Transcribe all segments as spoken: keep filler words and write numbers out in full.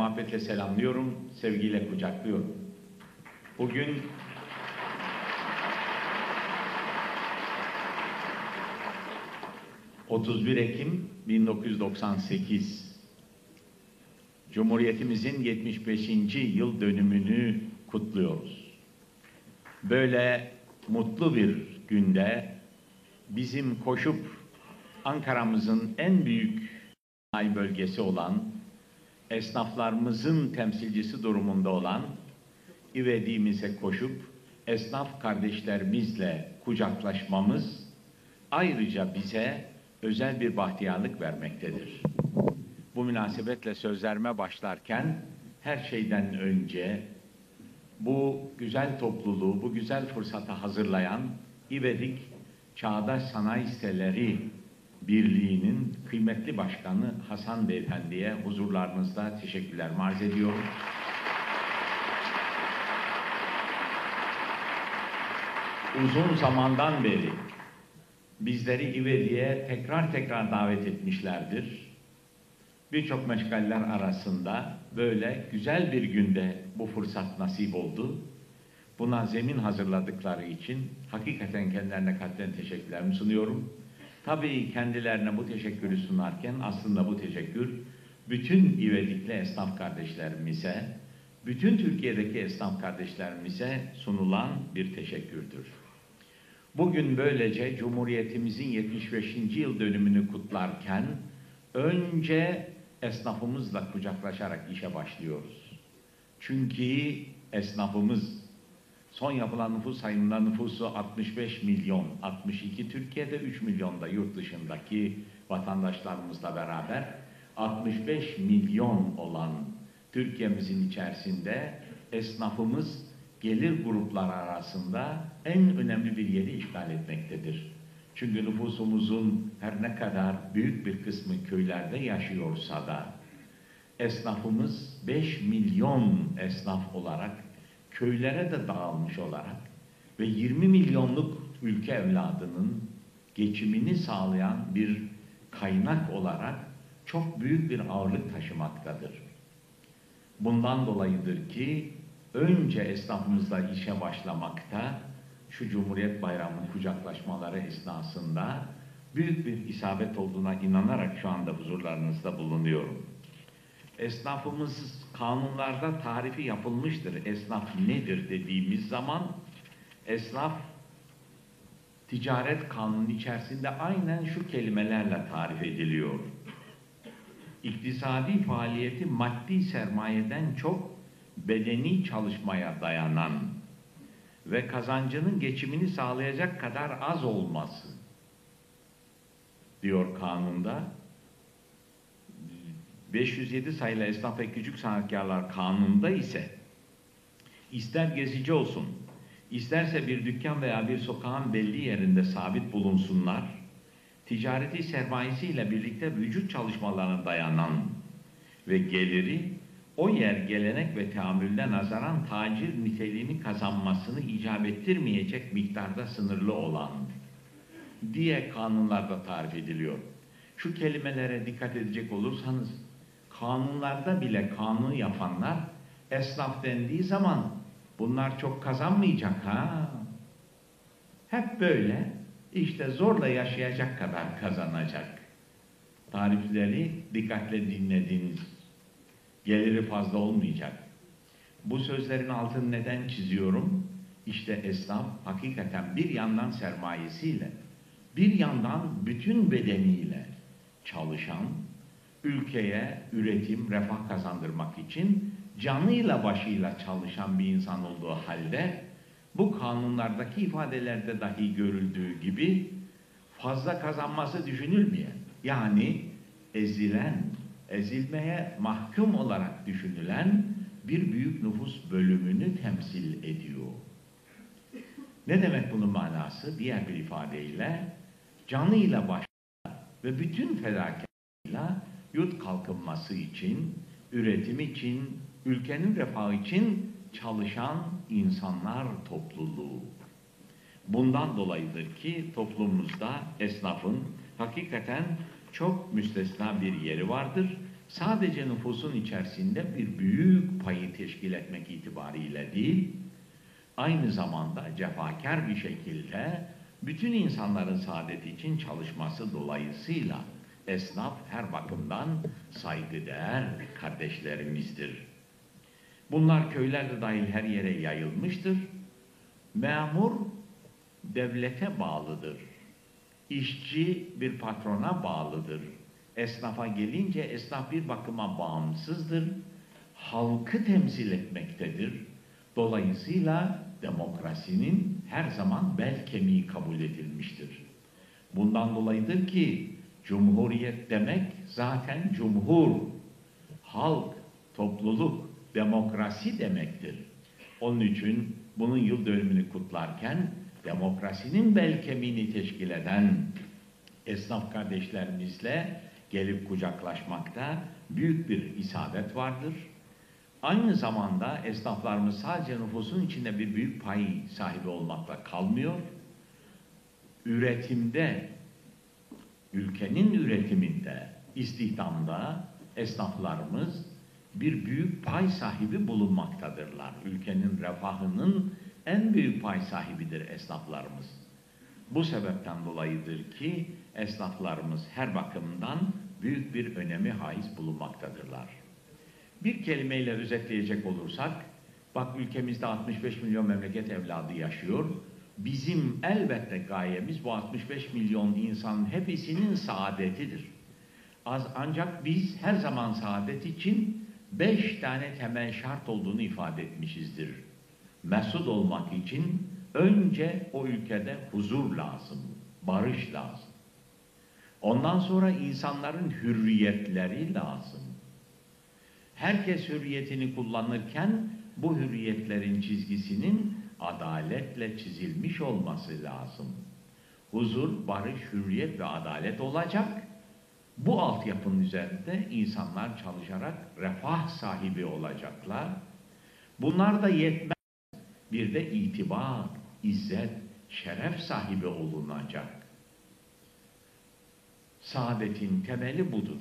muhabbetle selamlıyorum, sevgiyle kucaklıyorum. Bugün otuz bir Ekim bin dokuz yüz doksan sekiz, Cumhuriyetimizin yetmiş beşinci yıl dönümünü kutluyoruz. Böyle mutlu bir günde bizim koşup Ankara'mızın en büyük sanayi bölgesi olan, esnaflarımızın temsilcisi durumunda olan İvediğimize koşup esnaf kardeşlerimizle kucaklaşmamız ayrıca bize özel bir bahtiyarlık vermektedir. Bu münasebetle sözlerime başlarken her şeyden önce bu güzel topluluğu, bu güzel fırsata hazırlayan İvedik Çağdaş Sanayi Siteleri Birliği'nin kıymetli başkanı Hasan Beyefendi'ye huzurlarınızda teşekkürler arz ediyorum. Uzun zamandan beri bizleri İvedik'e tekrar tekrar davet etmişlerdir. Birçok meşgaller arasında böyle güzel bir günde bu fırsat nasip oldu. Buna zemin hazırladıkları için hakikaten kendilerine kalpten teşekkürlerimi sunuyorum. Tabii kendilerine bu teşekkürü sunarken aslında bu teşekkür bütün İvedikli esnaf kardeşlerimize, bütün Türkiye'deki esnaf kardeşlerimize sunulan bir teşekkürdür. Bugün böylece Cumhuriyetimizin yetmiş beşinci yıl dönümünü kutlarken önce esnafımızla kucaklaşarak işe başlıyoruz. Çünkü esnafımız son yapılan nüfus sayımında nüfusu altmış beş milyon, altmış iki Türkiye'de, üç milyonda yurt dışındaki vatandaşlarımızla beraber altmış beş milyon olan Türkiye'mizin içerisinde esnafımız gelir grupları arasında en önemli bir yeri işgal etmektedir. Çünkü nüfusumuzun her ne kadar büyük bir kısmı köylerde yaşıyorsa da esnafımız beş milyon esnaf olarak köylere de dağılmış olarak ve yirmi milyonluk ülke evladının geçimini sağlayan bir kaynak olarak çok büyük bir ağırlık taşımaktadır. Bundan dolayıdır ki önce esnafımızla işe başlamakta şu Cumhuriyet Bayramı kucaklaşmaları esnasında büyük bir isabet olduğuna inanarak şu anda huzurlarınızda bulunuyorum. Esnafımız kanunlarda tarifi yapılmıştır. Esnaf nedir dediğimiz zaman esnaf ticaret kanunu içerisinde aynen şu kelimelerle tarif ediliyor. İktisadi faaliyeti maddi sermayeden çok bedeni çalışmaya dayanan ve kazancının geçimini sağlayacak kadar az olması diyor kanunda. beş yüz yedi sayılı Esnaf ve Küçük Sanatkarlar Kanunu'nda ise ister gezici olsun, isterse bir dükkan veya bir sokağın belli yerinde sabit bulunsunlar, ticareti sermayesiyle birlikte vücut çalışmalarına dayanan ve geliri o yer gelenek ve teamülde nazaran tacir niteliğini kazanmasını icap ettirmeyecek miktarda sınırlı olan diye kanunlarda tarif ediliyor. Şu kelimelere dikkat edecek olursanız kanunlarda bile kanunu yapanlar esnaf dendiği zaman bunlar çok kazanmayacak ha. Hep böyle işte zorla yaşayacak kadar kazanacak. Tarifleri dikkatle dinlediğiniz, geliri fazla olmayacak. Bu sözlerin altını neden çiziyorum? İşte esnaf hakikaten bir yandan sermayesiyle, bir yandan bütün bedeniyle çalışan, ülkeye üretim, refah kazandırmak için canıyla başıyla çalışan bir insan olduğu halde bu kanunlardaki ifadelerde dahi görüldüğü gibi fazla kazanması düşünülmeyen, yani ezilen, ezilmeye mahkum olarak düşünülen bir büyük nüfus bölümünü temsil ediyor. Ne demek bunun manası? Diğer bir ifadeyle canıyla başıyla ve bütün fedakarlığıyla yurt kalkınması için, üretim için, ülkenin refahı için çalışan insanlar topluluğu. Bundan dolayıdır ki toplumumuzda esnafın hakikaten çok müstesna bir yeri vardır. sadece nüfusun içerisinde bir büyük payı teşkil etmek itibariyle değil, aynı zamanda cefakar bir şekilde bütün insanların saadeti için çalışması dolayısıyla esnaf her bakımdan saygıdeğer kardeşlerimizdir. Bunlar köylerde dahil her yere yayılmıştır. Memur devlete bağlıdır. İşçi bir patrona bağlıdır. Esnafa gelince esnaf bir bakıma bağımsızdır. Halkı temsil etmektedir. Dolayısıyla demokrasinin her zaman bel kemiği kabul edilmiştir. Bundan dolayıdır ki cumhuriyet demek zaten cumhur, halk, topluluk, demokrasi demektir. Onun için bunun yıl dönümünü kutlarken demokrasinin bel kemiğini teşkil eden esnaf kardeşlerimizle gelip kucaklaşmakta büyük bir isabet vardır. Aynı zamanda esnaflarımız sadece nüfusun içinde bir büyük pay sahibi olmakla kalmıyor. Üretimde, ülkenin üretiminde, istihdamda esnaflarımız bir büyük pay sahibi bulunmaktadırlar. Ülkenin refahının en büyük pay sahibidir esnaflarımız. Bu sebepten dolayıdır ki esnaflarımız her bakımdan büyük bir önemi haiz bulunmaktadırlar. Bir kelimeyle özetleyecek olursak, bak ülkemizde altmış beş milyon memleket evladı yaşıyor. Bizim elbette gayemiz bu altmış beş milyon insanın hepsinin saadetidir. Az, ancak biz her zaman saadet için beş tane temel şart olduğunu ifade etmişizdir. Mesut olmak için önce o ülkede huzur lazım, barış lazım. Ondan sonra insanların hürriyetleri lazım. Herkes hürriyetini kullanırken bu hürriyetlerin çizgisinin adaletle çizilmiş olması lazım. Huzur, barış, hürriyet ve adalet olacak. Bu altyapının üzerinde insanlar çalışarak refah sahibi olacaklar. Bunlar da yetmez. Bir de itibar, izzet, şeref sahibi olunacak. Saadetin temeli budur.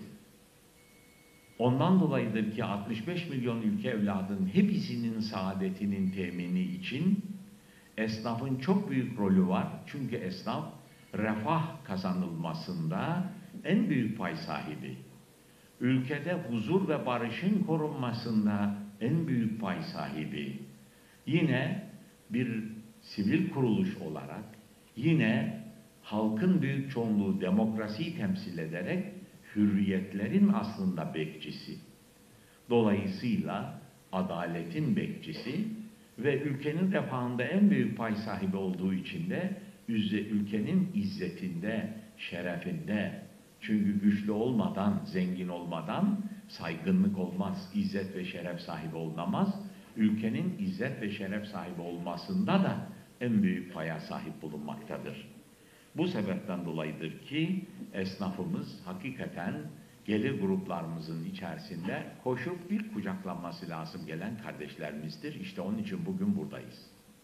Ondan dolayıdır ki altmış beş milyon ülke evladının hepsinin saadetinin temini için esnafın çok büyük rolü var. Çünkü esnaf refah kazanılmasında en büyük pay sahibi. Ülkede huzur ve barışın korunmasında en büyük pay sahibi. Yine bir sivil kuruluş olarak, yine halkın büyük çoğunluğu demokrasiyi temsil ederek hürriyetlerin aslında bekçisi. Dolayısıyla adaletin bekçisi ve ülkenin refahında en büyük pay sahibi olduğu için de ülkenin izzetinde, şerefinde, çünkü güçlü olmadan, zengin olmadan saygınlık olmaz, izzet ve şeref sahibi olunamaz. Ülkenin izzet ve şeref sahibi olmasında da en büyük paya sahip bulunmaktadır. Bu sebepten dolayıdır ki esnafımız hakikaten gelir gruplarımızın içerisinde koşup bir kucaklanması lazım gelen kardeşlerimizdir. İşte onun için bugün buradayız.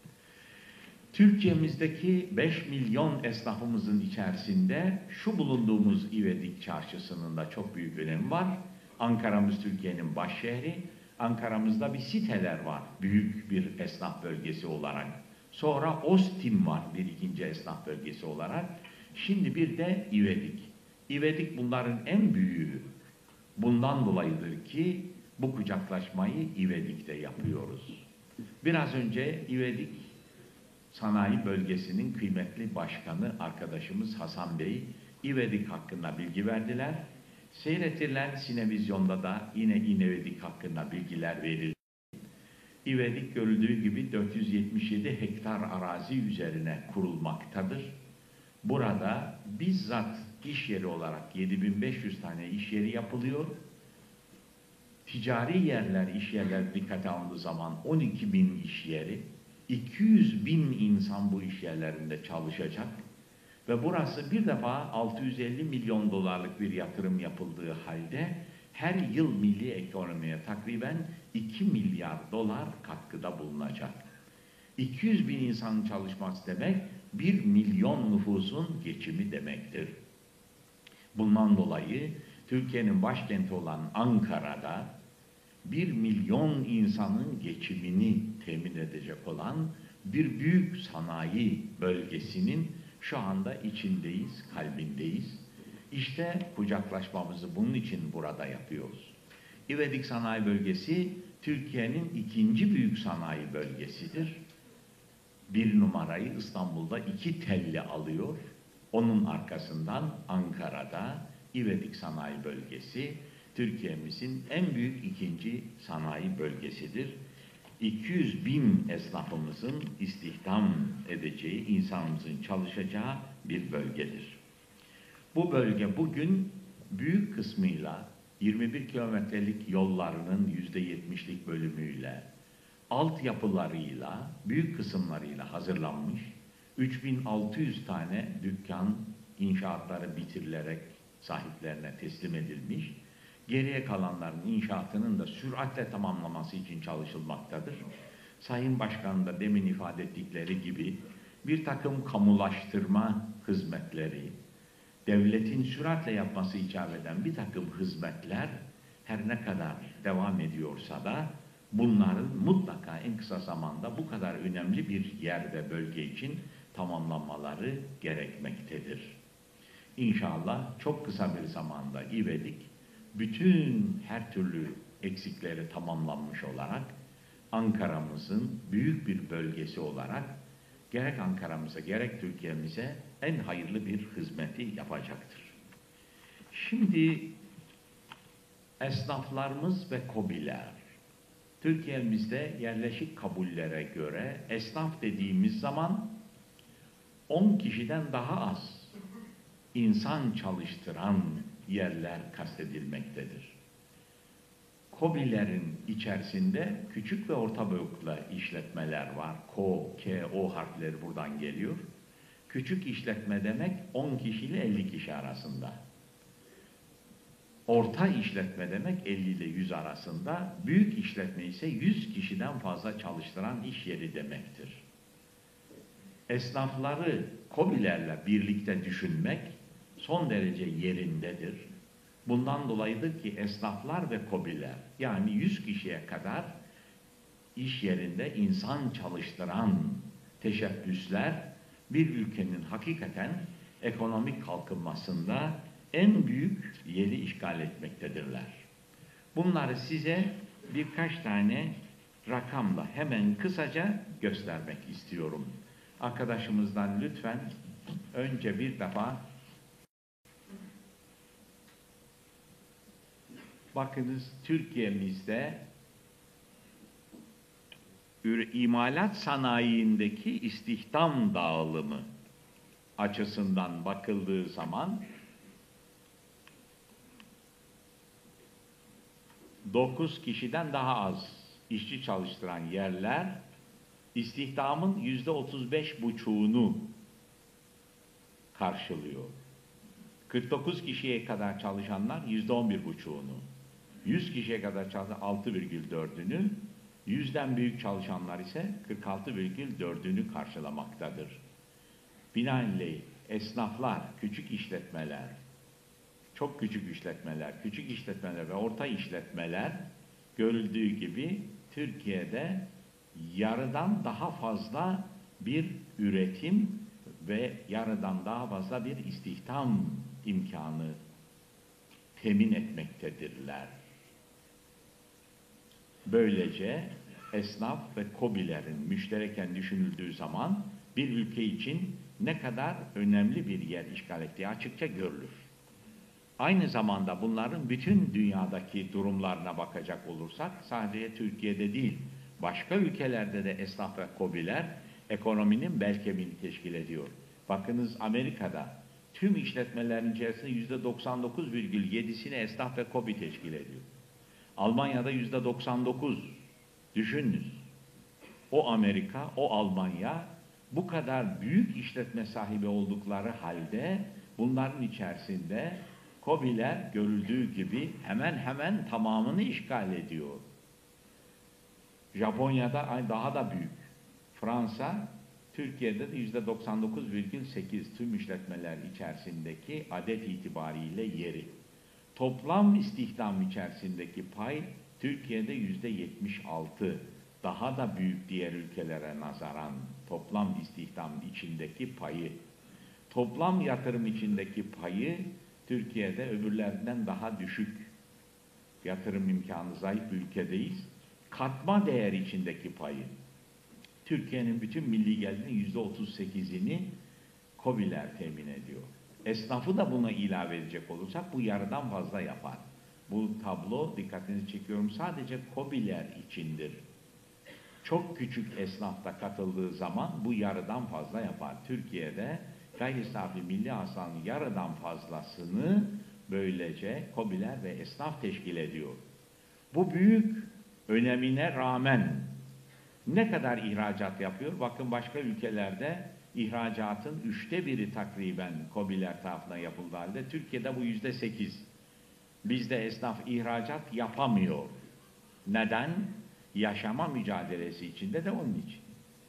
Türkiye'mizdeki beş milyon esnafımızın içerisinde şu bulunduğumuz İvedik Çarşısı'nın da çok büyük önemi var. Ankara'mız Türkiye'nin baş şehri. Ankara'mızda bir siteler var, büyük bir esnaf bölgesi olarak. Sonra Ostim var, bir ikinci esnaf bölgesi olarak. Şimdi bir de İvedik. İvedik bunların en büyüğü. Bundan dolayıdır ki bu kucaklaşmayı İvedik'te yapıyoruz. Biraz önce İvedik Sanayi Bölgesi'nin kıymetli başkanı arkadaşımız Hasan Bey, İvedik hakkında bilgi verdiler. Seyretilen Sinevizyon'da da yine İvedik hakkında bilgiler verildi. İvedik görüldüğü gibi dört yüz yetmiş yedi hektar arazi üzerine kurulmaktadır. Burada bizzat iş yeri olarak yedi bin beş yüz tane iş yeri yapılıyor. Ticari yerler, iş yerler dikkate alındığı zaman on iki bin iş yeri, iki yüz bin insan bu iş yerlerinde çalışacak. Ve burası bir defa altı yüz elli milyon dolarlık bir yatırım yapıldığı halde her yıl milli ekonomiye takriben iki milyar dolar katkıda bulunacak. iki yüz bin insanın çalışması demek bir milyon nüfusun geçimi demektir. Bundan dolayı Türkiye'nin başkenti olan Ankara'da bir milyon insanın geçimini temin edecek olan bir büyük sanayi bölgesinin şu anda içindeyiz, kalbindeyiz. İşte kucaklaşmamızı bunun için burada yapıyoruz. İvedik Sanayi Bölgesi Türkiye'nin ikinci büyük sanayi bölgesidir. Bir numarayı İstanbul'da iki telli alıyor. Onun arkasından Ankara'da İvedik Sanayi Bölgesi Türkiye'mizin en büyük ikinci sanayi bölgesidir. iki yüz bin esnafımızın istihdam edeceği, insanımızın çalışacağı bir bölgedir. Bu bölge bugün büyük kısmıyla yirmi bir kilometrelik yollarının yüzde yetmişlik bölümüyle, altyapılarıyla, büyük kısımlarıyla hazırlanmış, üç bin altı yüz tane dükkan inşaatları bitirilerek sahiplerine teslim edilmiş, geriye kalanların inşaatının da süratle tamamlaması için çalışılmaktadır. Sayın Başkan da demin ifade ettikleri gibi bir takım kamulaştırma hizmetleri, devletin süratle yapması icap eden bir takım hizmetler her ne kadar devam ediyorsa da bunların mutlaka en kısa zamanda bu kadar önemli bir yer ve bölge için tamamlanmaları gerekmektedir. İnşallah çok kısa bir zamanda İvedik bütün her türlü eksikleri tamamlanmış olarak Ankara'mızın büyük bir bölgesi olarak gerek Ankara'mıza gerek Türkiye'mize en hayırlı bir hizmeti yapacaktır. Şimdi esnaflarımız ve KOBİ'ler, Türkiye'mizde yerleşik kabullere göre esnaf dediğimiz zaman on kişiden daha az insan çalıştıran yerler kastedilmektedir. KOBİ'lerin içerisinde küçük ve orta boyutlu işletmeler var. K, K, O harfleri buradan geliyor. Küçük işletme demek on kişi ile elli kişi arasında. Orta işletme demek elli ile yüz arasında. Büyük işletme ise yüz kişiden fazla çalıştıran iş yeri demektir. Esnafları KOBİ'lerle birlikte düşünmek son derece yerindedir. Bundan dolayıdır ki esnaflar ve KOBİ'ler yani yüz kişiye kadar iş yerinde insan çalıştıran teşebbüsler bir ülkenin hakikaten ekonomik kalkınmasında en büyük yeri işgal etmektedirler. Bunları size birkaç tane rakamla hemen kısaca göstermek istiyorum. Arkadaşımızdan lütfen önce bir defa bakınız Türkiye'mizde imalat sanayindeki istihdam dağılımı açısından bakıldığı zaman dokuz kişiden daha az işçi çalıştıran yerler istihdamın yüzde otuz beş buçuğunu karşılıyor. kırk dokuz kişiye kadar çalışanlar yüzde on bir buçuğunu, yüz kişiye kadar çalışan altı virgül dördünü, yüzden büyük çalışanlar ise kırk altı virgül dördünü karşılamaktadır. Binaenaleyh esnaflar, küçük işletmeler, çok küçük işletmeler, küçük işletmeler ve orta işletmeler görüldüğü gibi Türkiye'de yarıdan daha fazla bir üretim ve yarıdan daha fazla bir istihdam imkanı temin etmektedirler. Böylece esnaf ve KOBİ'lerin müştereken düşünüldüğü zaman bir ülke için ne kadar önemli bir yer işgal ettiği açıkça görülür. Aynı zamanda bunların bütün dünyadaki durumlarına bakacak olursak sadece Türkiye'de değil, başka ülkelerde de esnaf ve KOBİ'ler ekonominin bel kemiğini teşkil ediyor. Bakınız Amerika'da tüm işletmelerin içerisinde yüzde doksan dokuz virgül yedisini esnaf ve KOBİ teşkil ediyor. Almanya'da yüzde doksan dokuz. Düşününüz. O Amerika, o Almanya bu kadar büyük işletme sahibi oldukları halde bunların içerisinde KOBİ'ler görüldüğü gibi hemen hemen tamamını işgal ediyor. Japonya'da daha da büyük. Fransa, Türkiye'de de yüzde doksan dokuz virgül sekiz tüm işletmeler içerisindeki adet itibariyle yeri. Toplam istihdam içerisindeki pay Türkiye'de yüzde yetmiş altı. Daha da büyük diğer ülkelere nazaran toplam istihdam içindeki payı. Toplam yatırım içindeki payı Türkiye'de öbürlerinden daha düşük. Yatırım imkanı zayıf bir ülkedeyiz. Katma değer içindeki payı. Türkiye'nin bütün milli gelirinin yüzde otuz sekizini KOBİ'ler temin ediyor. Esnafı da buna ilave edecek olursak bu yarıdan fazla yapar. Bu tablo, dikkatinizi çekiyorum, sadece KOBİ'ler içindir. Çok küçük esnafta katıldığı zaman bu yarıdan fazla yapar. Türkiye'de gayri safi milli hasılanın yarıdan fazlasını böylece KOBİ'ler ve esnaf teşkil ediyor. Bu büyük önemine rağmen ne kadar ihracat yapıyor? Bakın başka ülkelerde ihracatın üçte biri takriben KOBİ'ler tarafından yapıldığı halde Türkiye'de bu yüzde sekiz. Bizde esnaf ihracat yapamıyor. Neden? Yaşama mücadelesi içinde de onun için.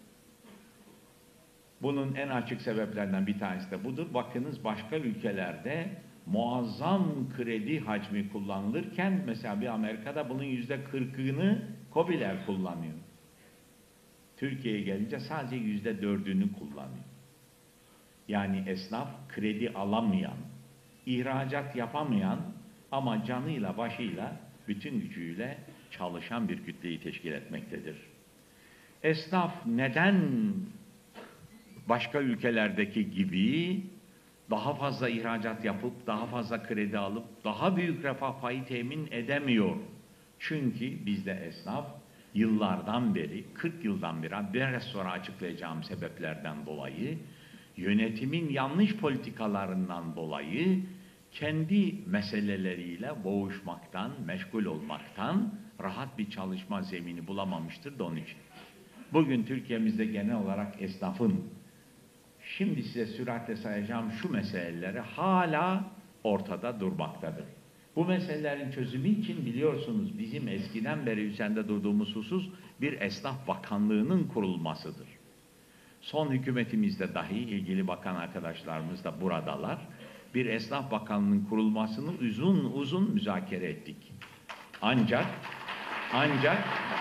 Bunun en açık sebeplerinden bir tanesi de budur. Bakınız başka ülkelerde muazzam kredi hacmi kullanılırken mesela bir Amerika'da bunun yüzde kırkını KOBİ'ler kullanıyor. Türkiye'ye gelince sadece yüzde dördünü kullanıyor. Yani esnaf kredi alamayan, ihracat yapamayan ama canıyla başıyla bütün gücüyle çalışan bir kütleyi teşkil etmektedir. Esnaf neden başka ülkelerdeki gibi daha fazla ihracat yapıp, daha fazla kredi alıp, daha büyük refah payı temin edemiyor? Çünkü bizde esnaf yıllardan beri, kırk yıldan beri, biraz sonra açıklayacağım sebeplerden dolayı, yönetimin yanlış politikalarından dolayı kendi meseleleriyle boğuşmaktan, meşgul olmaktan rahat bir çalışma zemini bulamamıştır da onun için. Bugün Türkiye'mizde genel olarak esnafın, şimdi size süratle sayacağım şu meseleleri hala ortada durmaktadır. Bu meselelerin çözümü için biliyorsunuz bizim eskiden beri üzerinde durduğumuz husus bir esnaf bakanlığının kurulmasıdır. Son hükümetimizde dahi ilgili bakan arkadaşlarımız da buradalar. Bir esnaf bakanlığının kurulmasını uzun uzun müzakere ettik. Ancak ancak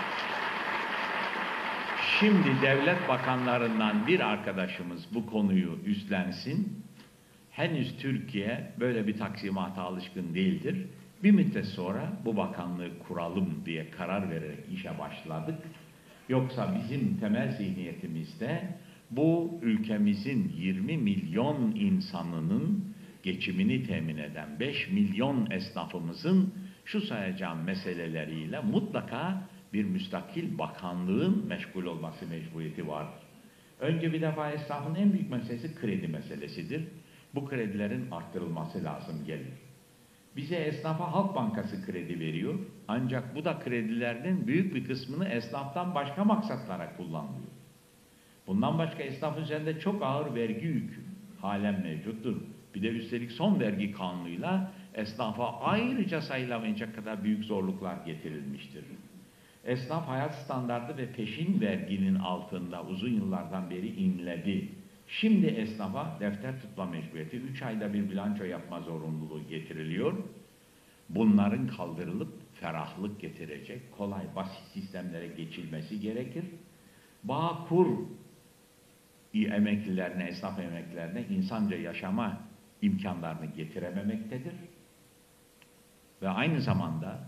şimdi devlet bakanlarından bir arkadaşımız bu konuyu üstlensin. Henüz Türkiye böyle bir taksimata alışkın değildir. Bir müddet sonra bu bakanlığı kuralım diye karar vererek işe başladık. Yoksa bizim temel zihniyetimizde bu ülkemizin yirmi milyon insanının geçimini temin eden beş milyon esnafımızın şu sayacağım meseleleriyle mutlaka bir müstakil bakanlığın meşgul olması mecburiyeti vardır. Önce bir defa esnafın en büyük meselesi kredi meselesidir. Bu kredilerin arttırılması lazım gelir. Bize esnafa Halk Bankası kredi veriyor. Ancak bu da kredilerinin büyük bir kısmını esnaftan başka maksatlara kullanılıyor. Bundan başka esnaf üzerinde çok ağır vergi yükü halen mevcuttur. Bir de üstelik son vergi kanunuyla esnafa ayrıca sayılamayacak kadar büyük zorluklar getirilmiştir. Esnaf hayat standardı ve peşin verginin altında uzun yıllardan beri inledi. Şimdi esnafa defter tutma mecburiyeti, üç ayda bir bilanço yapma zorunluluğu getiriliyor. Bunların kaldırılıp ferahlık getirecek, kolay, basit sistemlere geçilmesi gerekir. Bağkur emeklilerine, esnaf emeklilerine insanca yaşama imkanlarını getirememektedir. Ve aynı zamanda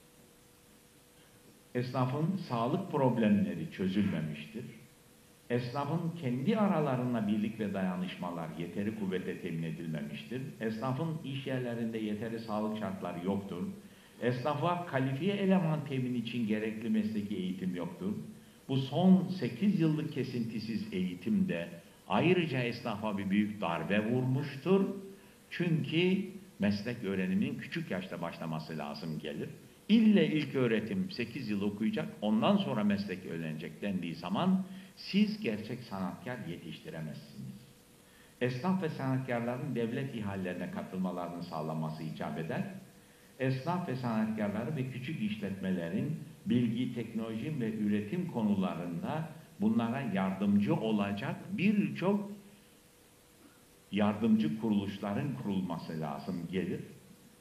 esnafın sağlık problemleri çözülmemiştir. Esnafın kendi aralarında birlik ve dayanışmalar yeteri kuvvete temin edilmemiştir. Esnafın iş yerlerinde yeteri sağlık şartları yoktur. Esnafa kalifiye eleman temin için gerekli mesleki eğitim yoktur. Bu son sekiz yıllık kesintisiz eğitimde ayrıca esnafa bir büyük darbe vurmuştur. Çünkü meslek öğreniminin küçük yaşta başlaması lazım gelir. İlle ilk öğretim sekiz yıl okuyacak, ondan sonra meslek öğrenecek dendiği zaman siz gerçek sanatkar yetiştiremezsiniz. Esnaf ve sanatkarların devlet ihalelerine katılmalarını sağlaması icap eder. Esnaf ve sanatkarları ve küçük işletmelerin bilgi, teknoloji ve üretim konularında bunlara yardımcı olacak birçok yardımcı kuruluşların kurulması lazım gelir.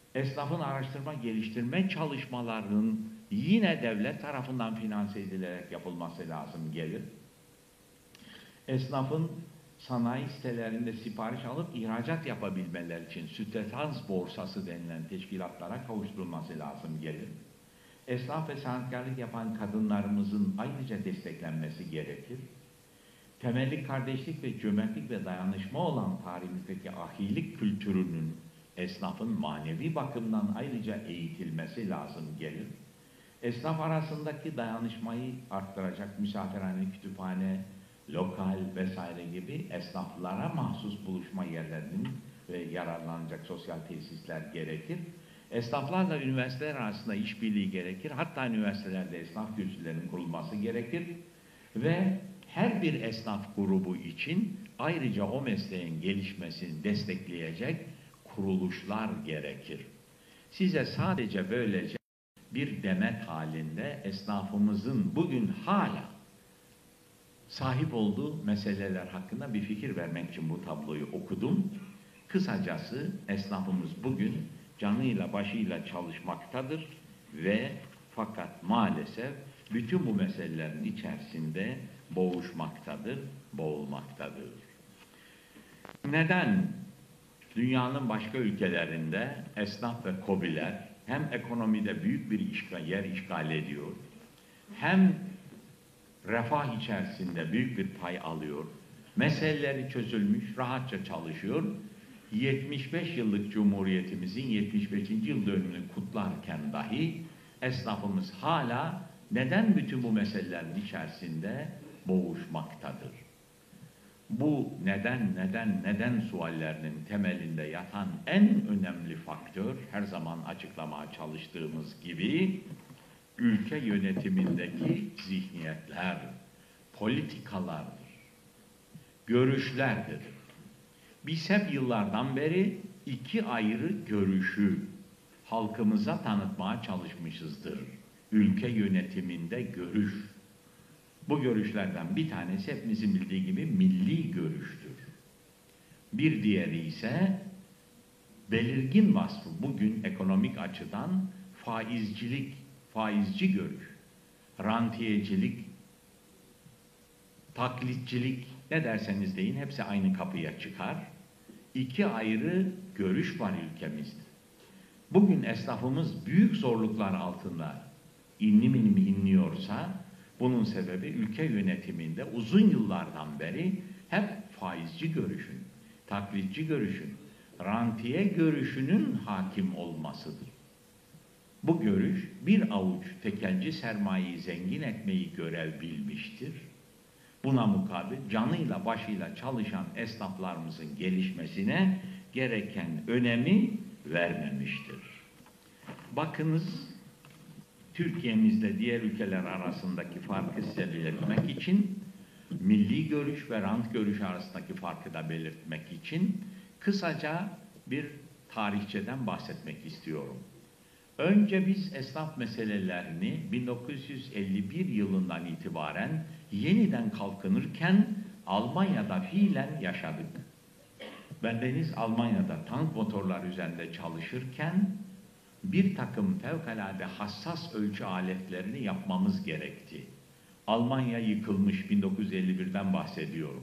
Esnafın araştırma geliştirme çalışmalarının yine devlet tarafından finanse edilerek yapılması lazım gelir. Esnafın sanayi sitelerinde sipariş alıp ihracat yapabilmeleri için Süttetans borsası denilen teşkilatlara kavuşturulması lazım gelir. Esnaf ve sanatkarlık yapan kadınlarımızın ayrıca desteklenmesi gerekir. Temelli kardeşlik ve cömertlik ve dayanışma olan tarihimizdeki ahilik kültürünün esnafın manevi bakımdan ayrıca eğitilmesi lazım gelir. Esnaf arasındaki dayanışmayı arttıracak misafirhane, kütüphane, lokal vesaire gibi esnaflara mahsus buluşma yerlerinin ve yararlanacak sosyal tesisler gerekir. Esnaflarla üniversiteler arasında işbirliği gerekir. Hatta üniversitelerde esnaf kürsülerinin kurulması gerekir. Ve her bir esnaf grubu için ayrıca o mesleğin gelişmesini destekleyecek kuruluşlar gerekir. Size sadece böylece bir demet halinde esnafımızın bugün hala sahip olduğu meseleler hakkında bir fikir vermek için bu tabloyu okudum. Kısacası esnafımız bugün canıyla başıyla çalışmaktadır ve fakat maalesef bütün bu meselelerin içerisinde boğuşmaktadır, boğulmaktadır. Neden dünyanın başka ülkelerinde esnaf ve KOBİ'ler hem ekonomide büyük bir işgal, yer işgal ediyor, hem refah içerisinde büyük bir pay alıyor, meseleleri çözülmüş, rahatça çalışıyor, yetmiş beş yıllık Cumhuriyetimizin yetmiş beşinci yıl dönümünü kutlarken dahi esnafımız hala neden bütün bu meselelerin içerisinde boğuşmaktadır? Bu neden, neden, neden suallerinin temelinde yatan en önemli faktör, her zaman açıklamaya çalıştığımız gibi, ülke yönetimindeki zihniyetler, politikalardır, görüşlerdir. Biz hep yıllardan beri iki ayrı görüşü halkımıza tanıtmaya çalışmışızdır. Ülke yönetiminde görüş. Bu görüşlerden bir tanesi hepimizin bildiği gibi milli görüştür. Bir diğeri ise belirgin vasfı bugün ekonomik açıdan faizcilik, faizci görüş, rantiyecilik, taklitçilik, ne derseniz deyin hepsi aynı kapıya çıkar. İki ayrı görüş var ülkemizde. Bugün esnafımız büyük zorluklar altında inlim inlim inliyorsa bunun sebebi ülke yönetiminde uzun yıllardan beri hep faizci görüşün, taklitçi görüşün, rantiye görüşünün hakim olmasıdır. Bu görüş bir avuç tekelci sermayeyi zengin etmeyi görev bilmiştir. Buna mukabil canıyla başıyla çalışan esnaflarımızın gelişmesine gereken önemi vermemiştir. Bakınız, Türkiye'mizle diğer ülkeler arasındaki farkı size belirtmek için, milli görüş ve rant görüşü arasındaki farkı da belirtmek için kısaca bir tarihçeden bahsetmek istiyorum. Önce biz esnaf meselelerini bin dokuz yüz elli bir yılından itibaren yeniden kalkınırken Almanya'da fiilen yaşadık. Bendeniz Almanya'da tank motorlar üzerinde çalışırken bir takım fevkalade hassas ölçü aletlerini yapmamız gerekti. Almanya yıkılmış, bin dokuz yüz elli birden bahsediyorum.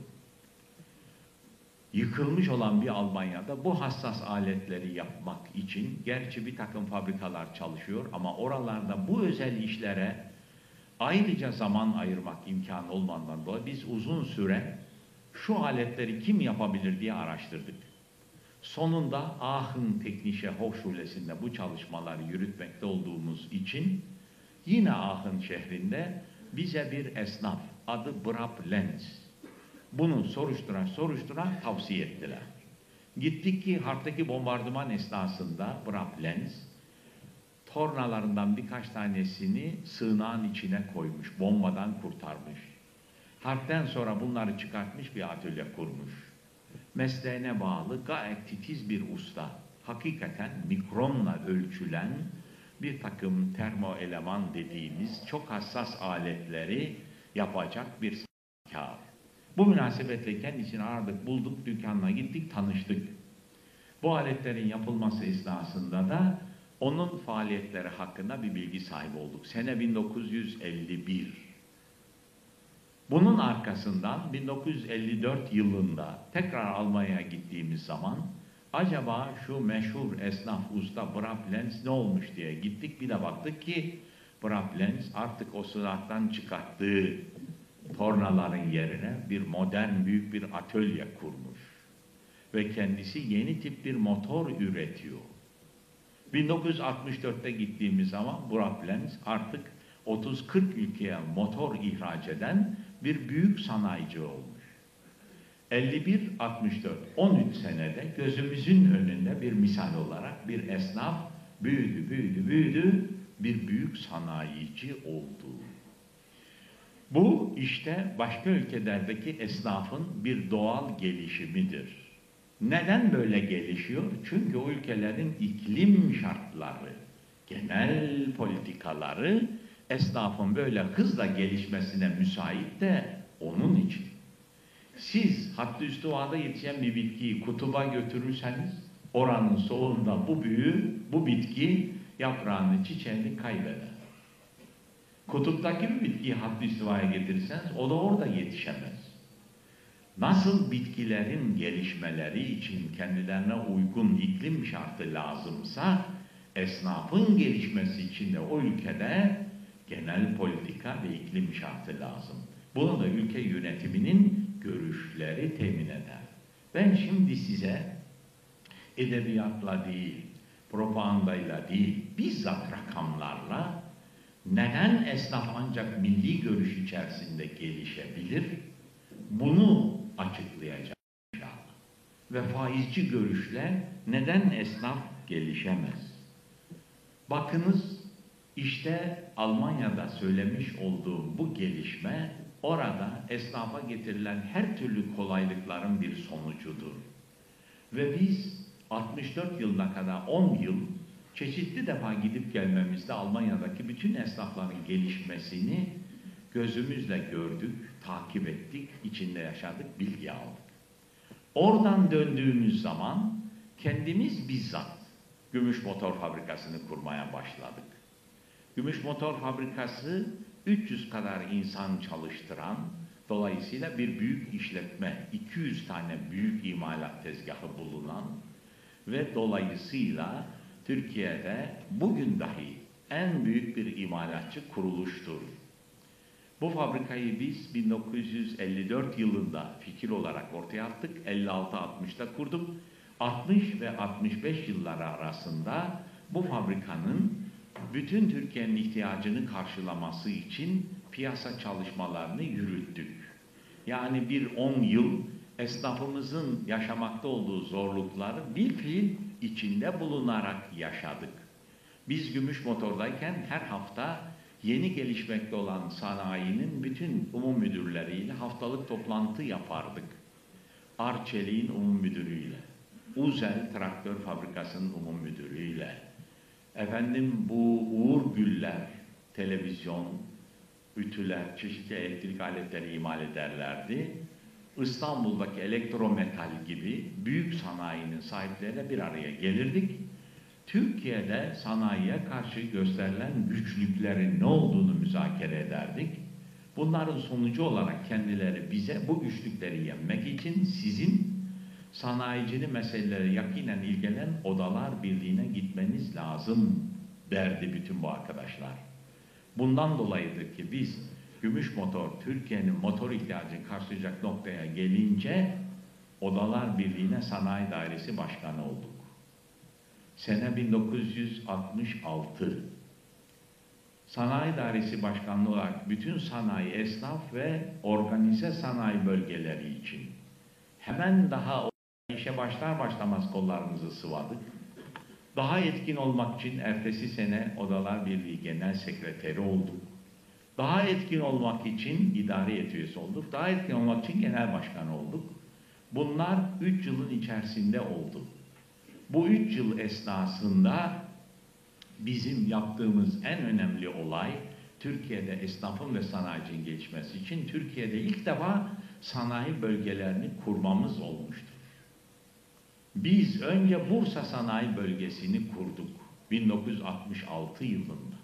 Yıkılmış olan bir Almanya'da bu hassas aletleri yapmak için gerçi bir takım fabrikalar çalışıyor ama oralarda bu özel işlere ayrıca zaman ayırmak imkanı olmadığından dolayı biz uzun süre şu aletleri kim yapabilir diye araştırdık. Sonunda Aachen Teknische Hochschulesi'nde bu çalışmaları yürütmekte olduğumuz için yine Aachen şehrinde bize bir esnaf adı Brab Lenz bunu soruşturan soruşturan tavsiye ettiler. Gittik ki harptaki bombardıman esnasında Brab Lenz tornalarından birkaç tanesini sığınağın içine koymuş, bombadan kurtarmış. Harpten sonra bunları çıkartmış bir atölye kurmuş. Mesleğine bağlı gayet titiz bir usta, hakikaten mikronla ölçülen bir takım termoeleman dediğimiz çok hassas aletleri yapacak bir sanatkar. Bu münasebetle kendisini aradık, bulduk, dükkanına gittik, tanıştık. Bu aletlerin yapılması esnasında da onun faaliyetleri hakkında bir bilgi sahibi olduk. Sene bin dokuz yüz elli bir. Bunun arkasından bin dokuz yüz elli dört yılında tekrar Almanya'ya gittiğimiz zaman acaba şu meşhur esnaf usta Brablenz ne olmuş diye gittik. Bir de baktık ki Brablenz artık o sırattan çıkarttığı tornaların yerine bir modern büyük bir atölye kurmuş. Ve kendisi yeni tip bir motor üretiyor. bin dokuz yüz altmış dörtte gittiğimiz zaman Brablenz artık otuz kırk ülkeye motor ihraç eden bir büyük sanayici olmuş. elli bir altmış dört, on üç senede gözümüzün önünde bir misal olarak bir esnaf büyüdü, büyüdü, büyüdü, bir büyük sanayici oldu. Bu işte başka ülkelerdeki esnafın bir doğal gelişimidir. Neden böyle gelişiyor? Çünkü o ülkelerin iklim şartları, genel politikaları esnafın böyle hızla gelişmesine müsait de onun için. Siz hattı üstuvada yetişen bir bitkiyi kutuba götürürseniz oranın soğuğunda bu büyü, bu bitki yaprağını, çiçeğini kaybeder. Kutuptaki bir bitkiyi hattı üstuvaya getirirseniz o da orada yetişemez. Nasıl bitkilerin gelişmeleri için kendilerine uygun iklim şartı lazımsa, esnafın gelişmesi için de o ülkede genel politika ve iklim şartı lazım. Bunu da ülke yönetiminin görüşleri temin eder. Ben şimdi size edebiyatla değil, propagandayla değil, bizzat rakamlarla neden esnaf ancak milli görüş içerisinde gelişebilir, bunu açıklayacağım inşallah. Ve faizci görüşle neden esnaf gelişemez? Bakınız, işte Almanya'da söylemiş olduğum bu gelişme, orada esnafa getirilen her türlü kolaylıkların bir sonucudur. Ve biz altmış dört yılına kadar on yıl çeşitli defa gidip gelmemizde Almanya'daki bütün esnafların gelişmesini gözümüzle gördük, takip ettik, içinde yaşadık, bilgi aldık. Oradan döndüğümüz zaman kendimiz bizzat gümüş motor fabrikasını kurmaya başladık. Gümüş motor fabrikası üç yüz kadar insan çalıştıran, dolayısıyla bir büyük işletme, iki yüz tane büyük imalat tezgahı bulunan ve dolayısıyla Türkiye'de bugün dahi en büyük bir imalatçı kuruluştur. Bu fabrikayı biz bin dokuz yüz elli dört yılında fikir olarak ortaya attık, elli altı altmışta kurduk. altmış ve altmış beş yılları arasında bu fabrikanın bütün Türkiye'nin ihtiyacını karşılaması için piyasa çalışmalarını yürüttük. Yani bir on yıl esnafımızın yaşamakta olduğu zorlukları bir fiil içinde bulunarak yaşadık. Biz Gümüş Motor'dayken her hafta yeni gelişmekte olan sanayinin bütün umum müdürleriyle haftalık toplantı yapardık. Arçelik'in umum müdürüyle, Uzel Traktör Fabrikası'nın umum müdürüyle, efendim bu Uğur Güller, televizyon, ütüler, çeşitli elektrik aletleri imal ederlerdi. İstanbul'daki Elektrometal gibi büyük sanayinin sahipleriyle bir araya gelirdik. Türkiye'de sanayiye karşı gösterilen güçlüklerin ne olduğunu müzakere ederdik. Bunların sonucu olarak kendileri bize bu güçlükleri yenmek için sizin sanayicinin meseleleri yakinen ilgilenen Odalar Birliği'ne gitmeniz lazım derdi bütün bu arkadaşlar. Bundan dolayıdır ki biz Gümüş Motor, Türkiye'nin motor ihtiyacını karşılayacak noktaya gelince Odalar Birliği'ne Sanayi Dairesi Başkanı olduk. Sene bin dokuz yüz altmış altı. Sanayi Dairesi Başkanlığı olarak bütün sanayi, esnaf ve organize sanayi bölgeleri için hemen daha işe başlar başlamaz kollarımızı sıvadık. Daha etkin olmak için ertesi sene Odalar Birliği Genel Sekreteri olduk. Daha etkin olmak için idare heyet üyesi olduk. Daha etkin olmak için genel başkan olduk. Bunlar üç yılın içerisinde oldu. Bu üç yıl esnasında bizim yaptığımız en önemli olay Türkiye'de esnafın ve sanayicinin gelişmesi için Türkiye'de ilk defa sanayi bölgelerini kurmamız olmuştur. Biz önce Bursa Sanayi Bölgesi'ni kurduk bin dokuz yüz altmış altı yılında.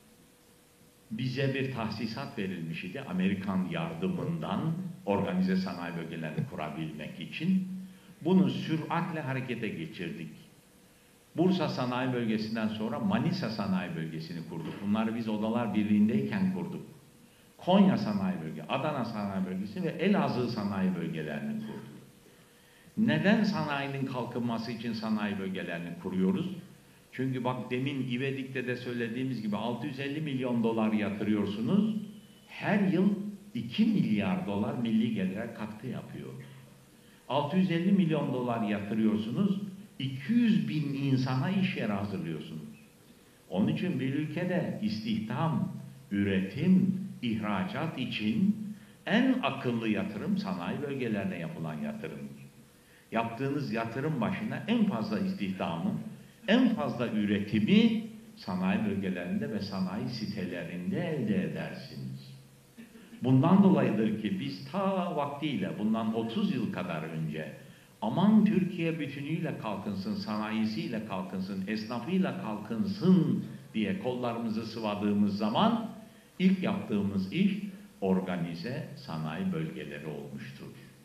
Bize bir tahsisat verilmiş idi Amerikan yardımından organize sanayi bölgelerini kurabilmek için. Bunu süratle harekete geçirdik. Bursa Sanayi Bölgesi'nden sonra Manisa Sanayi Bölgesi'ni kurduk. Bunları biz Odalar Birliği'ndeyken kurduk. Konya Sanayi Bölgesi, Adana Sanayi Bölgesi ve Elazığ Sanayi Bölgelerini kurduk. Neden sanayinin kalkınması için sanayi bölgelerini kuruyoruz? Çünkü bak demin İvedik'te de söylediğimiz gibi altı yüz elli milyon dolar yatırıyorsunuz. Her yıl iki milyar dolar milli gelire katkı yapıyor. altı yüz elli milyon dolar yatırıyorsunuz. iki yüz bin insana iş yeri hazırlıyorsunuz. Onun için bir ülkede istihdam, üretim, ihracat için en akıllı yatırım sanayi bölgelerine yapılan yatırımdır. Yaptığınız yatırım başına en fazla istihdamı, en fazla üretimi sanayi bölgelerinde ve sanayi sitelerinde elde edersiniz. Bundan dolayıdır ki biz ta vaktiyle bundan otuz yıl kadar önce aman Türkiye bütünüyle kalkınsın, sanayisiyle kalkınsın, esnafıyla kalkınsın diye kollarımızı sıvadığımız zaman ilk yaptığımız iş organize sanayi bölgeleri olmuştur.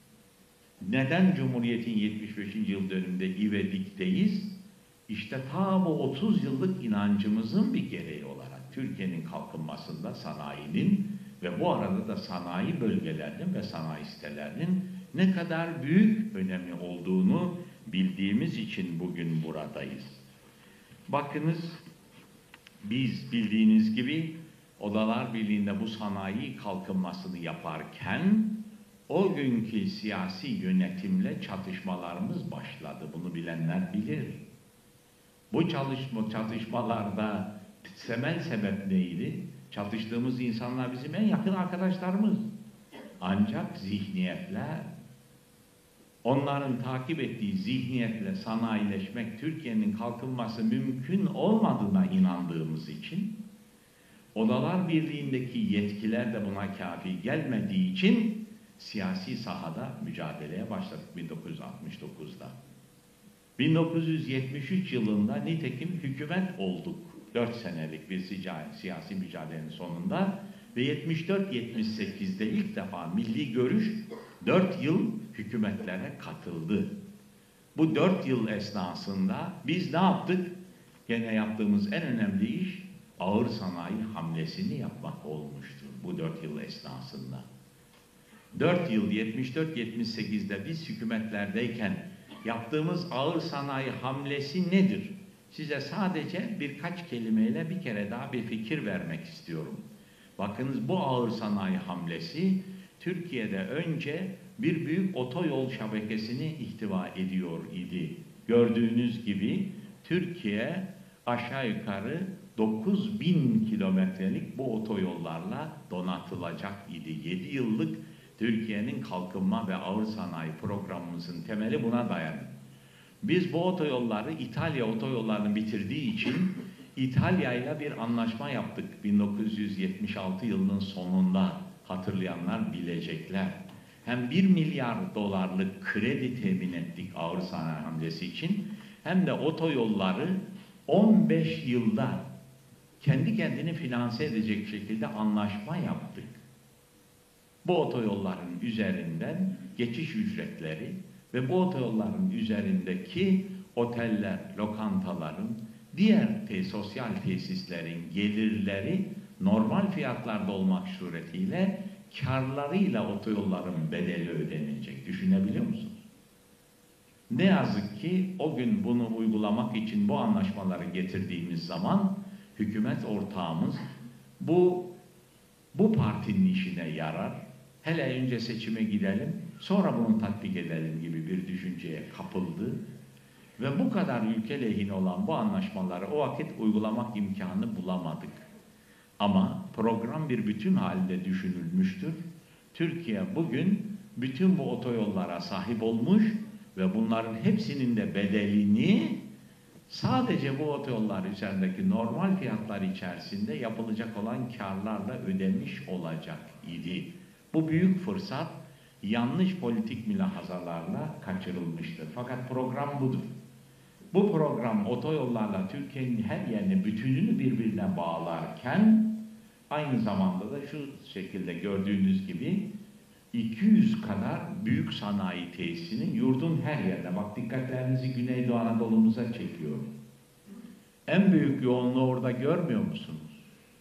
Neden Cumhuriyet'in yetmiş beşinci yıl dönümünde İvedik'teyiz? İşte ta bu otuz yıllık inancımızın bir gereği olarak Türkiye'nin kalkınmasında sanayinin ve bu arada da sanayi bölgelerinin ve sanayi sitelerinin ne kadar büyük önemi olduğunu bildiğimiz için bugün buradayız. Bakınız, biz bildiğiniz gibi Odalar Birliği'nde bu sanayi kalkınmasını yaparken o günkü siyasi yönetimle çatışmalarımız başladı. Bunu bilenler bilir. Bu çalışma, çatışmalarda temel sebep neydi? Çatıştığımız insanlar bizim en yakın arkadaşlarımız. Ancak zihniyetler, onların takip ettiği zihniyetle sanayileşmek, Türkiye'nin kalkınması mümkün olmadığına inandığımız için, Odalar Birliği'ndeki yetkiler de buna kafi gelmediği için siyasi sahada mücadeleye başladık bin dokuz yüz altmış dokuzda. bin dokuz yüz yetmiş üç yılında nitekim hükümet olduk. dört senelik bir siyasi mücadelenin sonunda ve yetmiş dört yetmiş sekizde ilk defa milli görüş dört yıl hükümetlere katıldı. Bu dört yıl esnasında biz ne yaptık? Gene yaptığımız en önemli iş ağır sanayi hamlesini yapmak olmuştur bu dört yıl esnasında. dört yıl yetmiş dört yetmiş sekizde biz hükümetlerdeyken yaptığımız ağır sanayi hamlesi nedir? Size sadece birkaç kelimeyle bir kere daha bir fikir vermek istiyorum. Bakınız, bu ağır sanayi hamlesi Türkiye'de önce bir büyük otoyol şebekesini ihtiva ediyor idi. Gördüğünüz gibi Türkiye aşağı yukarı dokuz bin kilometrelik bu otoyollarla donatılacak idi. yedi yıllık Türkiye'nin kalkınma ve ağır sanayi programımızın temeli buna dayanır. Biz bu otoyolları İtalya otoyollarını bitirdiği için İtalya ile bir anlaşma yaptık bin dokuz yüz yetmiş altı yılının sonunda, hatırlayanlar bilecekler. Hem bir milyar dolarlık kredi temin ettik ağır sanayi hamlesi için, hem de otoyolları on beş yılda kendi kendini finanse edecek şekilde anlaşma yaptık. Bu otoyolların üzerinden geçiş ücretleri ve bu otoyolların üzerindeki oteller, lokantaların, diğer te sosyal tesislerin gelirleri normal fiyatlarda olmak suretiyle karlarıyla otoyolların bedeli ödenecek. Düşünebiliyor musunuz? Ne yazık ki o gün bunu uygulamak için bu anlaşmaları getirdiğimiz zaman hükümet ortağımız bu bu partinin işine yarar, hele önce seçime gidelim, sonra bunu tatbik edelim gibi bir düşünceye kapıldı ve bu kadar ülke lehine olan bu anlaşmaları o vakit uygulamak imkanı bulamadık. Ama program bir bütün halinde düşünülmüştür. Türkiye bugün bütün bu otoyollara sahip olmuş ve bunların hepsinin de bedelini sadece bu otoyollar üzerindeki normal fiyatlar içerisinde yapılacak olan karlarla ödemiş olacak idi. Bu büyük fırsat. yanlış politik mülahazalarla kaçırılmıştır. Fakat program budur. Bu program otoyollarla Türkiye'nin her yerini, bütününü birbirine bağlarken aynı zamanda da şu şekilde gördüğünüz gibi iki yüz kadar büyük sanayi tesisinin yurdun her yerine, bak dikkatlerinizi Güneydoğu Anadolu'muza çekiyorum. En büyük yoğunluğu orada görmüyor musunuz?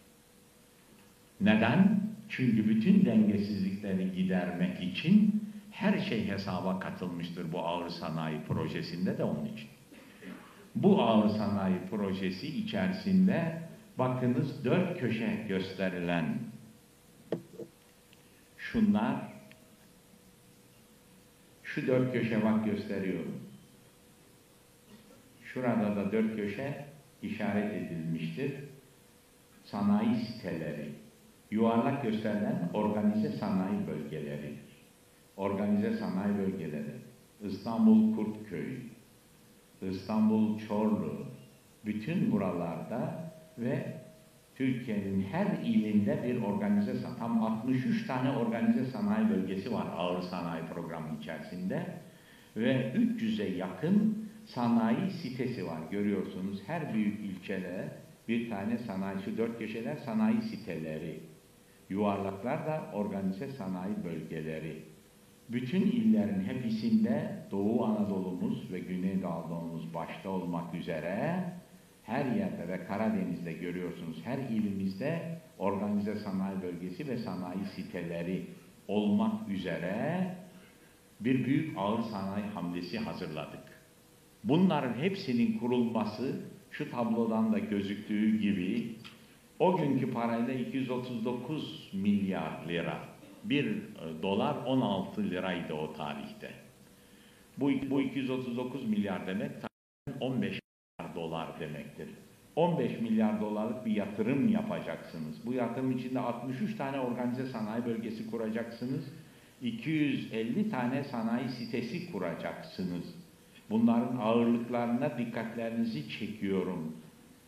Neden? Çünkü bütün dengesizlikleri gidermek için her şey hesaba katılmıştır bu ağır sanayi projesinde de onun için. Bu ağır sanayi projesi içerisinde bakınız dört köşe gösterilen şunlar, şu dört köşe bak gösteriyorum. Şurada da dört köşe işaret edilmiştir. Sanayi siteleri. Yuvarlak gösterilen organize sanayi bölgeleridir. Organize sanayi bölgeleri. İstanbul Kurtköy, İstanbul Çorlu, bütün buralarda ve Türkiye'nin her ilinde bir organize, tam altmış üç tane organize sanayi bölgesi var ağır sanayi programı içerisinde ve üç yüze yakın sanayi sitesi var. Görüyorsunuz her büyük ilçede bir tane sanayi, şu dört köşeler sanayi siteleri, yuvarlaklar da organize sanayi bölgeleri. Bütün illerin hepsinde Doğu Anadolu'muz ve Güneydoğu Anadolu'muz başta olmak üzere her yerde ve Karadeniz'de görüyorsunuz her ilimizde organize sanayi bölgesi ve sanayi siteleri olmak üzere bir büyük ağır sanayi hamlesi hazırladık. Bunların hepsinin kurulması şu tablodan da gözüktüğü gibi o günkü parayla iki yüz otuz dokuz milyar lira. Bir dolar on altı liraydı o tarihte. Bu, bu iki yüz otuz dokuz milyar demek on beş milyar dolar demektir. on beş milyar dolarlık bir yatırım yapacaksınız. Bu yatırım içinde altmış üç tane organize sanayi bölgesi kuracaksınız. iki yüz elli tane sanayi sitesi kuracaksınız. Bunların ağırlıklarına dikkatlerinizi çekiyorum.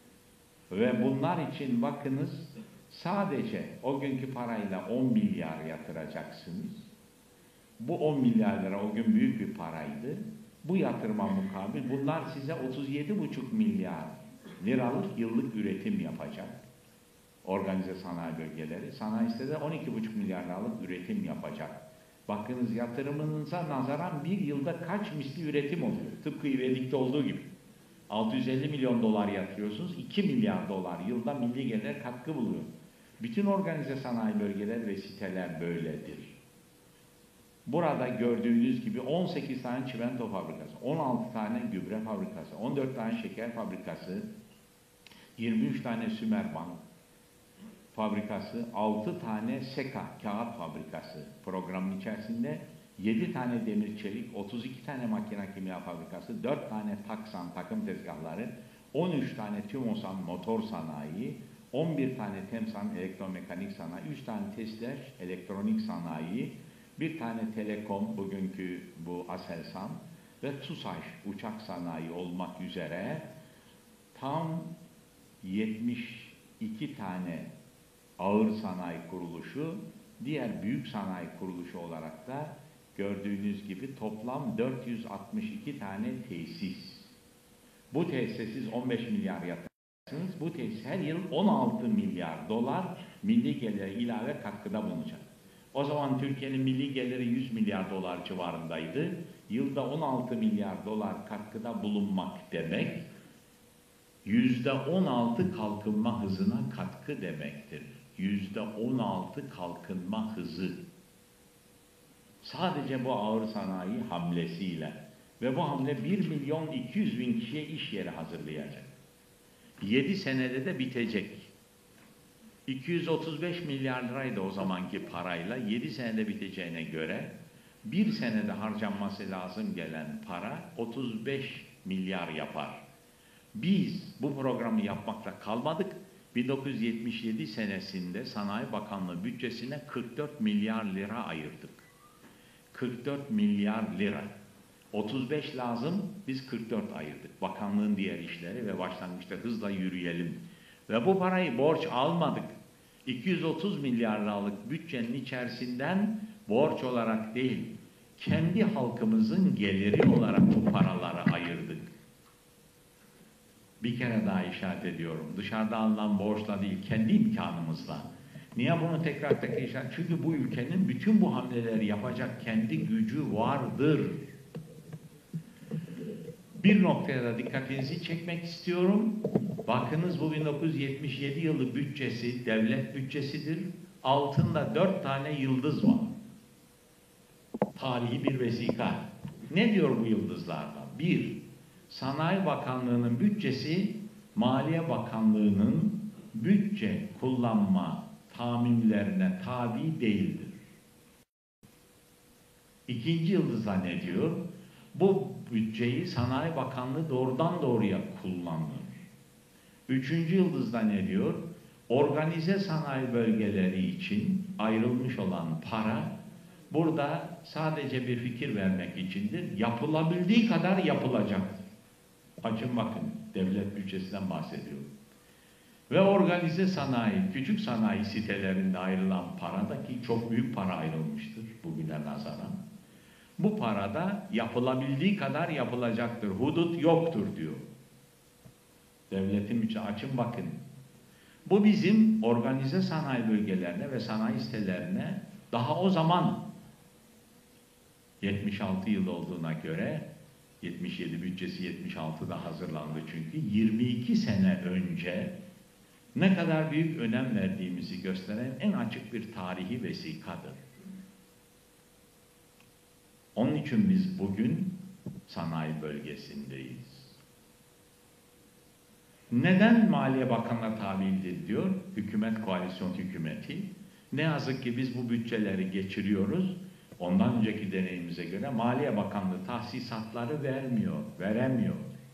Ve bunlar için bakınız sadece o günkü parayla on milyar yatıracaksınız. Bu on milyar lira o gün büyük bir paraydı. Bu yatırıma mukabil bunlar size otuz yedi buçuk milyar liralık yıllık üretim yapacak. Organize sanayi bölgeleri. Sanayide de on iki buçuk milyar liralık üretim yapacak. Bakınız yatırımınıza nazaran bir yılda kaç misli üretim oluyor? Tıpkı İvedik'te olduğu gibi. altı yüz elli milyon dolar yatırıyorsunuz, iki milyar dolar yılda milli gelire katkı buluyor. Bütün organize sanayi bölgeleri ve siteler böyledir. Burada gördüğünüz gibi on sekiz tane çimento fabrikası, on altı tane gübre fabrikası, on dört tane şeker fabrikası, yirmi üç tane Sümerbank fabrikası, altı tane SEKA kağıt fabrikası programın içerisinde, yedi tane demir çelik, otuz iki tane makine kimya fabrikası, dört tane Taksan takım tezgahları, on üç tane TÜMOSAN motor sanayi, on bir tane TEMSAN elektromekanik sanayi, üç tane TESDEŞ elektronik sanayi, bir tane Telekom bugünkü bu Aselsan ve TUSAŞ uçak sanayi olmak üzere tam yetmiş iki tane ağır sanayi kuruluşu, diğer büyük sanayi kuruluşu olarak da gördüğünüz gibi toplam dört yüz altmış iki tane tesis. Bu tesise siz on beş milyar yatıracaksınız. Bu tesis her yıl on altı milyar dolar milli gelire ilave katkıda bulunacak. O zaman Türkiye'nin milli geliri yüz milyar dolar civarındaydı. Yılda on altı milyar dolar katkıda bulunmak demek, yüzde on altı kalkınma hızına katkı demektir. Yüzde on altı kalkınma hızı. Sadece bu ağır sanayi hamlesiyle ve bu hamle bir milyon iki yüz bin kişiye iş yeri hazırlayacak. yedi senede de bitecek. iki yüz otuz beş milyar liraydı o zamanki parayla, yedi senede biteceğine göre bir senede harcanması lazım gelen para otuz beş milyar yapar. Biz bu programı yapmakla kalmadık. bin dokuz yüz yetmiş yedi senesinde Sanayi Bakanlığı bütçesine kırk dört milyar lira ayırdık. kırk dört milyar lira. otuz beş lazım, biz kırk dört ayırdık. Bakanlığın diğer işleri ve başlangıçta hızla yürüyelim. Ve bu parayı borç almadık. iki yüz otuz milyar liralık bütçenin içerisinden borç olarak değil, kendi halkımızın geliri olarak bu paraları ayırdık. Bir kere daha işaret ediyorum. Dışarıda alınan borçla değil, kendi imkanımızla. Niye bunu tekrar tekrar işaret? Çünkü bu ülkenin bütün bu hamleleri yapacak kendi gücü vardır. Bir noktaya da dikkatinizi çekmek istiyorum. Bakınız bu bin dokuz yüz yetmiş yedi yılı bütçesi devlet bütçesidir. Altında dört tane yıldız var. Tarihi bir vesika. Ne diyor bu yıldızlarda? Bir, Sanayi Bakanlığı'nın bütçesi Maliye Bakanlığı'nın bütçe kullanma taminlerine tabi değildir. İkinci yıldızda ne diyor? Bu bütçeyi Sanayi Bakanlığı doğrudan doğruya kullanır. Üçüncü yıldızda ne diyor? Organize sanayi bölgeleri için ayrılmış olan para burada sadece bir fikir vermek içindir. Yapılabildiği kadar yapılacaktır. Açın bakın, devlet bütçesinden bahsediyorum. Ve organize sanayi, küçük sanayi sitelerinde ayrılan paradaki çok büyük para ayrılmıştır bugüne nazaran. Bu parada yapılabildiği kadar yapılacaktır. Hudut yoktur diyor. Devletin bütçesi, açın bakın. Bu bizim organize sanayi bölgelerine ve sanayi sitelerine daha o zaman yetmiş altı yıl olduğuna göre yetmiş yedi bütçesi yetmiş altıda hazırlandı çünkü yirmi iki sene önce ne kadar büyük önem verdiğimizi gösteren en açık bir tarihi vesikadır. Onun için biz bugün sanayi bölgesindeyiz. Neden Maliye Bakanı'na tabi'dir diyor hükümet, koalisyon hükümeti? Ne yazık ki biz bu bütçeleri geçiriyoruz. Ondan önceki deneyimize göre Maliye Bakanlığı tahsisatları vermiyor, veremiyor.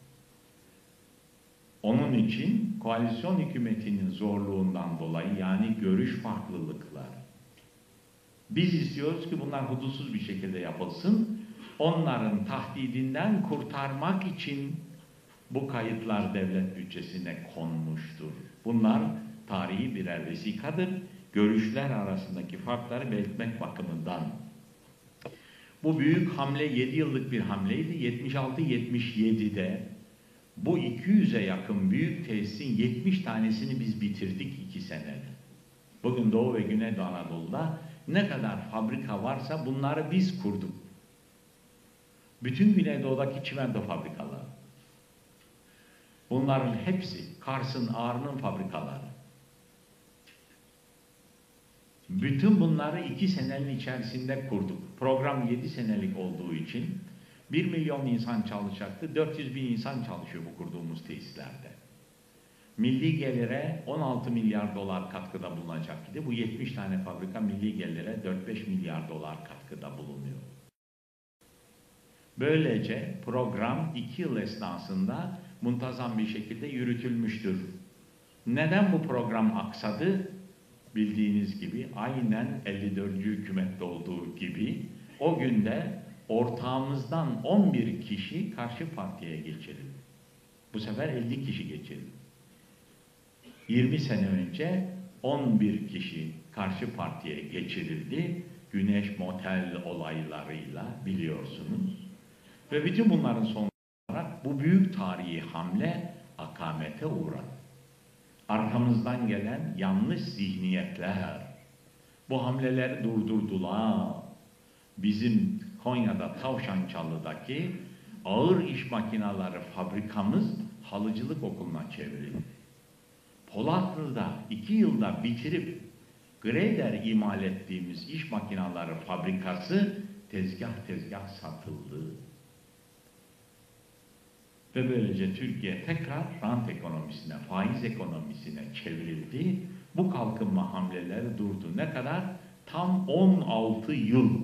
Onun için koalisyon hükümetinin zorluğundan dolayı, yani görüş farklılıkları. Biz istiyoruz ki bunlar hudutsuz bir şekilde yapılsın. Onların tahdidinden kurtarmak için bu kayıtlar devlet bütçesine konmuştur. Bunlar tarihi birer vesikadır. Görüşler arasındaki farkları belirtmek bakımından. Bu büyük hamle yedi yıllık bir hamleydi. yetmiş altı yetmiş yedi'de bu iki yüze yakın büyük tesisin yetmiş tanesini biz bitirdik iki senede. Bugün Doğu ve Güneydoğu Anadolu'da ne kadar fabrika varsa bunları biz kurduk. Bütün Güneydoğu'daki çimento fabrikaları. Bunların hepsi Kars'ın, Ağrı'nın fabrikaları. Bütün bunları iki senenin içerisinde kurduk. Program yedi senelik olduğu için bir milyon insan çalışacaktı. dört yüz bin insan çalışıyor bu kurduğumuz tesislerde. Milli gelire on altı milyar dolar katkıda bulunacak idi. Bu yetmiş tane fabrika milli gelire dört beş milyar dolar katkıda bulunuyor. Böylece program iki yıl esnasında muntazam bir şekilde yürütülmüştür. Neden bu program aksadı? Bildiğiniz gibi aynen elli dördüncü hükümette olduğu gibi o günde ortağımızdan on bir kişi karşı partiye geçirildi. Bu sefer elli kişi geçirildi. yirmi sene önce on bir kişi karşı partiye geçirildi. Güneş Motel olaylarıyla biliyorsunuz. Ve bütün bunların sonucu olarak bu büyük tarihi hamle akamete uğradı. Arkamızdan gelen yanlış zihniyetler bu hamleleri durdurdular. Bizim Konya'da Tavşançalı'daki ağır iş makineleri fabrikamız halıcılık okuluna çevrildi. Polatlı'da iki yılda bitirip grader imal ettiğimiz iş makineleri fabrikası tezgah tezgah satıldı. Ve böylece Türkiye tekrar rant ekonomisine, faiz ekonomisine çevrildi. Bu kalkınma hamleleri durdu. Ne kadar? Tam on altı yıl.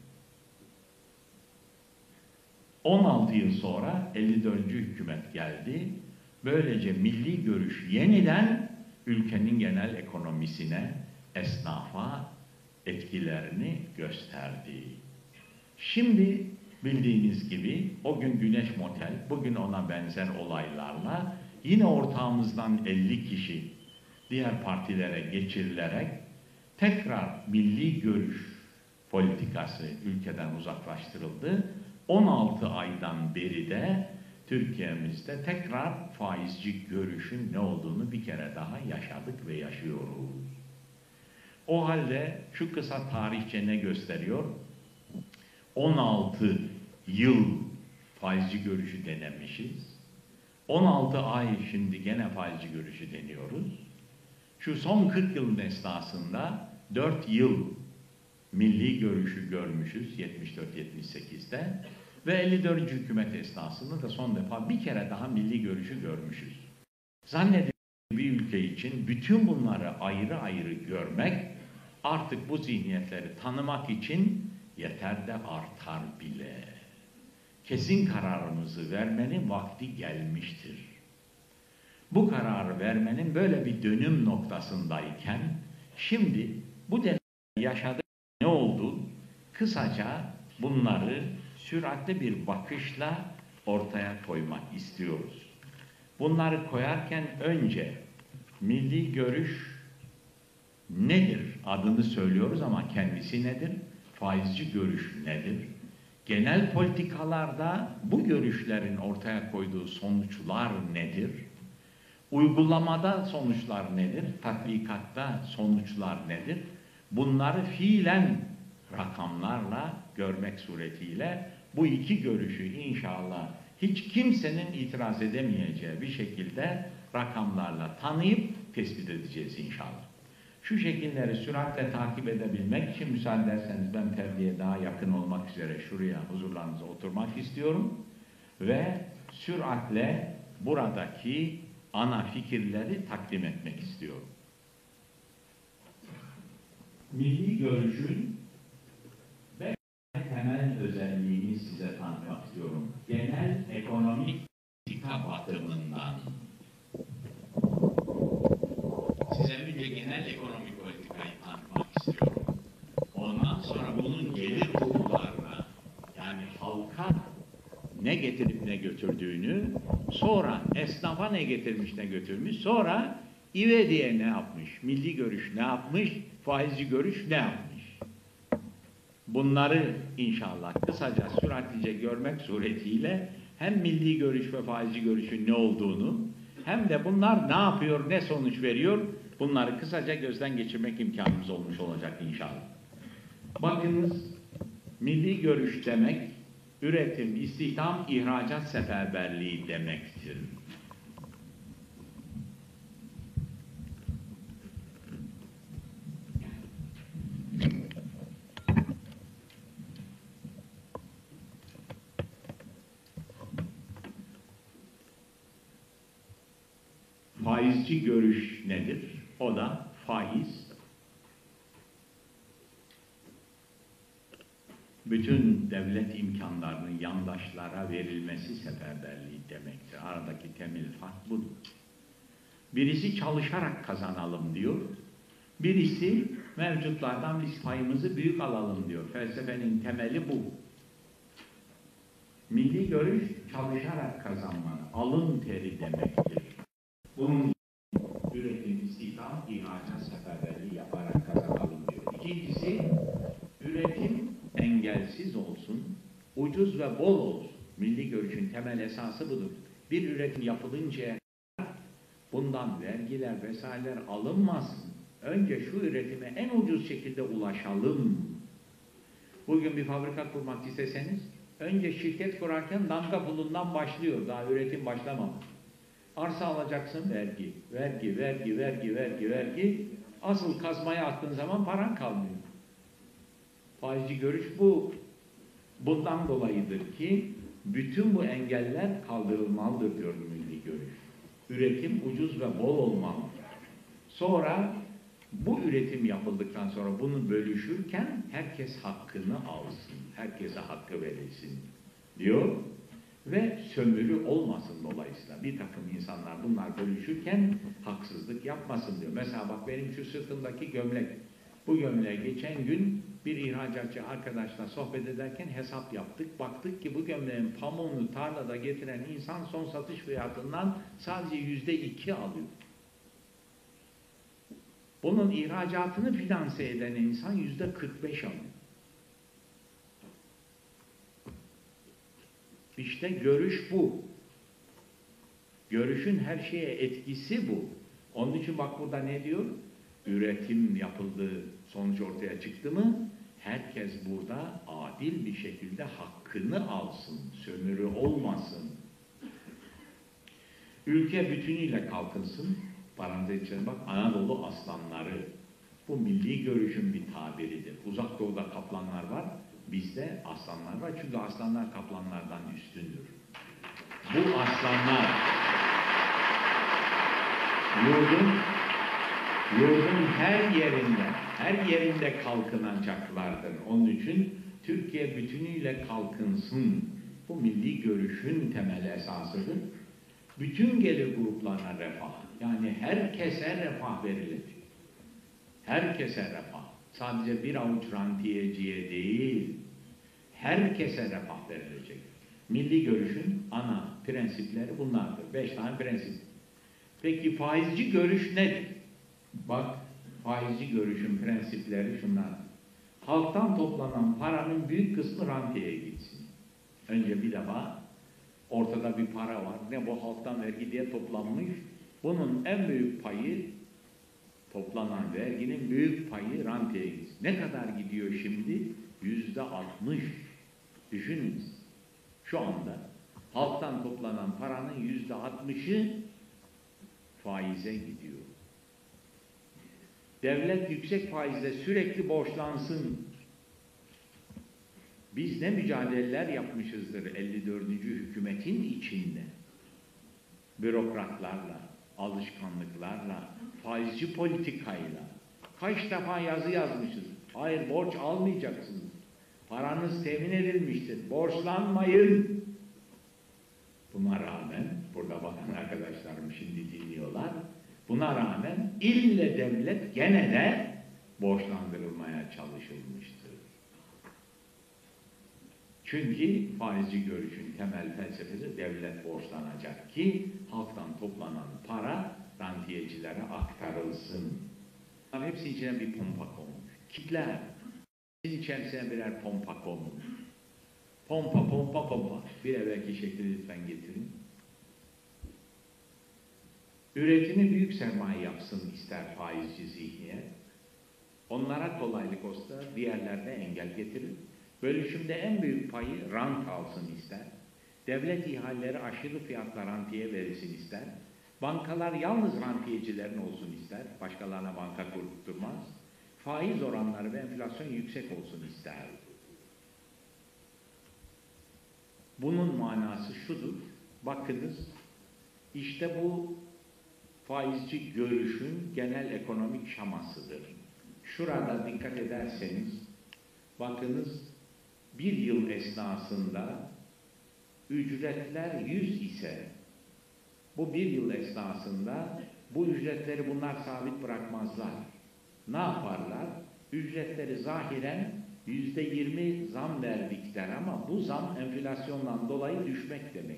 on altı yıl sonra elli dördüncü hükümet geldi. Böylece milli görüş yeniden ülkenin genel ekonomisine, esnafa etkilerini gösterdi. Şimdi bildiğiniz gibi o gün Güneş Motel, bugün ona benzer olaylarla yine ortağımızdan elli kişi, diğer partilere geçirilerek tekrar milli görüş politikası ülkeden uzaklaştırıldı. on altı aydan beri de Türkiye'mizde tekrar faizci görüşün ne olduğunu bir kere daha yaşadık ve yaşıyoruz. O halde şu kısa tarihçe ne gösteriyor? on altı yıl faizci görüşü denemişiz. on altı ay şimdi gene faizci görüşü deniyoruz. Şu son kırk yılın esnasında dört yıl milli görüşü görmüşüz yetmiş dört yetmiş sekizde ve elli dördüncü hükümet esnasında da son defa bir kere daha milli görüşü görmüşüz. Zannediyorum bir ülke için bütün bunları ayrı ayrı görmek artık bu zihniyetleri tanımak için yeter de artar bile. Kesin kararımızı vermenin vakti gelmiştir. Bu kararı vermenin böyle bir dönüm noktasındayken şimdi bu dönem yaşadığı ne oldu? Kısaca bunları süratli bir bakışla ortaya koymak istiyoruz. Bunları koyarken önce milli görüş nedir? Adını söylüyoruz ama kendisi nedir? Faizci görüş nedir? Genel politikalarda bu görüşlerin ortaya koyduğu sonuçlar nedir? Uygulamada sonuçlar nedir? Tatbikatta sonuçlar nedir? Bunları fiilen rakamlarla görmek suretiyle bu iki görüşü inşallah hiç kimsenin itiraz edemeyeceği bir şekilde rakamlarla tanıyıp tespit edeceğiz inşallah. Şu şekilleri süratle takip edebilmek için müsaade ederseniz ben perdeye daha yakın olmak üzere şuraya huzurlarınıza oturmak istiyorum ve süratle buradaki ana fikirleri takdim etmek istiyorum. Milli görüşün ve temel özelliğini size tanıtmak istiyorum. Genel ekonomik politika bakımından. Size önce genel ekonomik politikayı tanıtmak istiyorum. Ondan sonra bunun gelir kurullarına, yani halka ne getirip ne götürdüğünü, sonra esnafa ne getirmiş ne götürmüş, sonra İvedi'ye ne yapmış, milli görüş ne yapmış, faizci görüş ne yapmış. Bunları inşallah kısaca süratlice görmek suretiyle hem milli görüş ve faizci görüşün ne olduğunu hem de bunlar ne yapıyor, ne sonuç veriyor, bunları kısaca gözden geçirmek imkanımız olmuş olacak inşallah. Bakınız, milli görüş demek, üretim, istihdam, ihracat seferberliği demektir. Faizci görüş nedir? O da faiz, bütün devlet imkanlarının yandaşlara verilmesi seferberliği demektir. Aradaki temel fark budur. Birisi çalışarak kazanalım diyor, birisi mevcutlardan biz payımızı büyük alalım diyor. Felsefenin temeli bu. Milli görüş çalışarak kazanmanın alın teri demektir. Bunun üretim, istihdam, ihracat seferberliği yaparak kazanalım diyor. İkincisi, üretim engelsiz olsun, ucuz ve bol olsun. Milli görüşün temel esası budur. Bir üretim yapılıncaya bundan vergiler vesaireler alınmasın. Önce şu üretime en ucuz şekilde ulaşalım. Bugün bir fabrika kurmak isteseniz, önce şirket kurarken damga pulundan başlıyor. Daha üretim başlamamış. Arsa alacaksın, vergi, vergi, vergi, vergi, vergi, vergi. Asıl kazmaya attığın zaman paran kalmıyor. Faizci görüş bu. Bundan dolayıdır ki bütün bu engeller kaldırılmalıdır diyor milli görüş. Üretim ucuz ve bol olmalı. Sonra bu üretim yapıldıktan sonra bunu bölüşürken herkes hakkını alsın. Herkese hakkı verilsin diyor. Ve sömürü olmasın dolayısıyla. Bir takım insanlar bunlar bölüşürken haksızlık yapmasın diyor. Mesela bak benim şu sırtımdaki gömlek. Bu gömleğe geçen gün bir ihracatçı arkadaşla sohbet ederken hesap yaptık. Baktık ki bu gömleğin pamuğunu tarlada getiren insan son satış fiyatından sadece yüzde iki alıyor. Bunun ihracatını finanse eden insan yüzde kırk beş alıyor. İşte görüş bu. Görüşün her şeye etkisi bu. Onun için bak burada ne diyor? Üretim yapıldığı sonuç ortaya çıktı mı? Herkes burada adil bir şekilde hakkını alsın, sömürü olmasın. Ülke bütünüyle kalkınsın. Parantez içinde bak, Anadolu aslanları. Bu milli görüşün bir tabiridir. Uzak Doğu'da kaplanlar var, bizde aslanlar var. Çünkü aslanlar kaplanlardan üstündür. Bu aslanlar yurdun, yurdun her yerinde, her yerinde kalkınacaklardır. Onun için Türkiye bütünüyle kalkınsın. Bu milli görüşün temel esasıdır. Bütün gelir gruplarına refah, yani herkese refah verilecek. Herkese refah. Sadece bir avuç rantiyeciye değil, herkese refah verilecek. Milli görüşün ana prensipleri bunlardır. Beş tane prensip. Peki faizci görüş nedir? Bak, faizci görüşün prensipleri şunlar. Halktan toplanan paranın büyük kısmı rantiyeye gitsin. Önce bir defa ortada bir para var. Ne bu halktan vergi diye toplanmış. Bunun en büyük payı, toplanan verginin büyük payı rantiyeye gitsin. Ne kadar gidiyor şimdi? Yüzde altmış. Düşünün. Şu anda halktan toplanan paranın yüzde altmışı faize gidiyor. Devlet yüksek faizle sürekli borçlansın. Biz ne mücadeleler yapmışızdır elli dördüncü hükümetin içinde. Bürokratlarla, alışkanlıklarla, faizci politikayla. Kaç defa yazı yazmışız. Hayır, borç almayacaksınız. Paranız temin edilmiştir. Borçlanmayın. Buna rağmen, burada bakın arkadaşlarım şimdi dinliyorlar. Buna rağmen ille devlet gene de borçlandırılmaya çalışılmıştır. Çünkü faizci görüşün temel felsefesi devlet borçlanacak ki halktan toplanan para rantiyecilere aktarılsın. Bunların hepsi içine bir pompa konmuş. Kitler, içerisine birer pompa konmuş. Pompa, pompa, pompa. Bir evvelki şekli lütfen getirin. Üretimi büyük sermaye yapsın ister faizci zihniyet. Onlara kolaylık olsa diğerlerine engel getirir. Bölüşümde en büyük payı rant alsın ister. Devlet ihaleleri aşırı fiyatla rantiye verilsin ister. Bankalar yalnız rantiyecilerin olsun ister. Başkalarına banka kurtturmaz. Faiz oranları ve enflasyon yüksek olsun ister. Bunun manası şudur. Bakınız, işte bu faizci görüşün genel ekonomik şamasıdır. Şurada dikkat ederseniz, bakınız, bir yıl esnasında ücretler yüz ise, bu bir yıl esnasında bu ücretleri bunlar sabit bırakmazlar. Ne yaparlar? Ücretleri zahiren yüzde yirmi zam verdik der ama bu zam enflasyondan dolayı düşmek demek.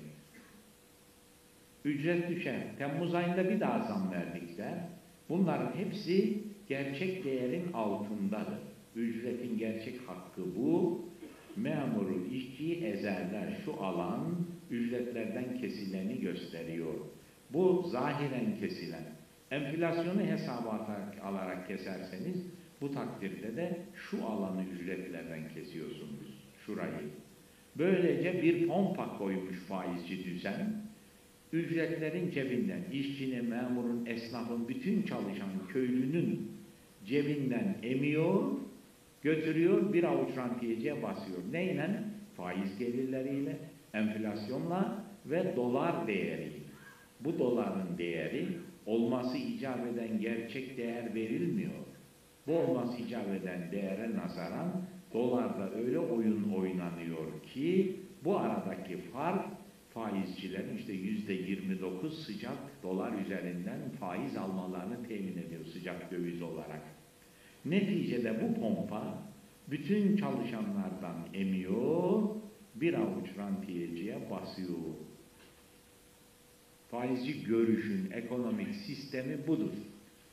Ücret düşer. Temmuz ayında bir daha zam verdik der. Bunların hepsi gerçek değerin altındadır. Ücretin gerçek hakkı bu. Memuru, işçiyi ezerler. Şu alan ücretlerden kesileni gösteriyor. Bu zahiren kesilen. Enflasyonu hesaba alarak, alarak keserseniz bu takdirde de şu alanı ücretlerden kesiyorsunuz. Şurayı. Böylece bir pompa koymuş faizci düzen. Ücretlerin cebinden, işçinin, memurun, esnafın, bütün çalışan köylünün cebinden emiyor, götürüyor, bir avuç rantiyeciye basıyor. Neyle? Faiz gelirleriyle, enflasyonla ve dolar değeriyle. Bu doların değeri olması icap eden gerçek değer verilmiyor. Bu olması icap eden değere nazaran dolarda öyle oyun oynanıyor ki bu aradaki fark faizcilerin işte yüzde yirmi dokuz sıcak dolar üzerinden faiz almalarını temin ediyor sıcak döviz olarak. Neticede bu pompa bütün çalışanlardan emiyor, bir avuç rantiyeciye basıyor. Faizci görüşün ekonomik sistemi budur.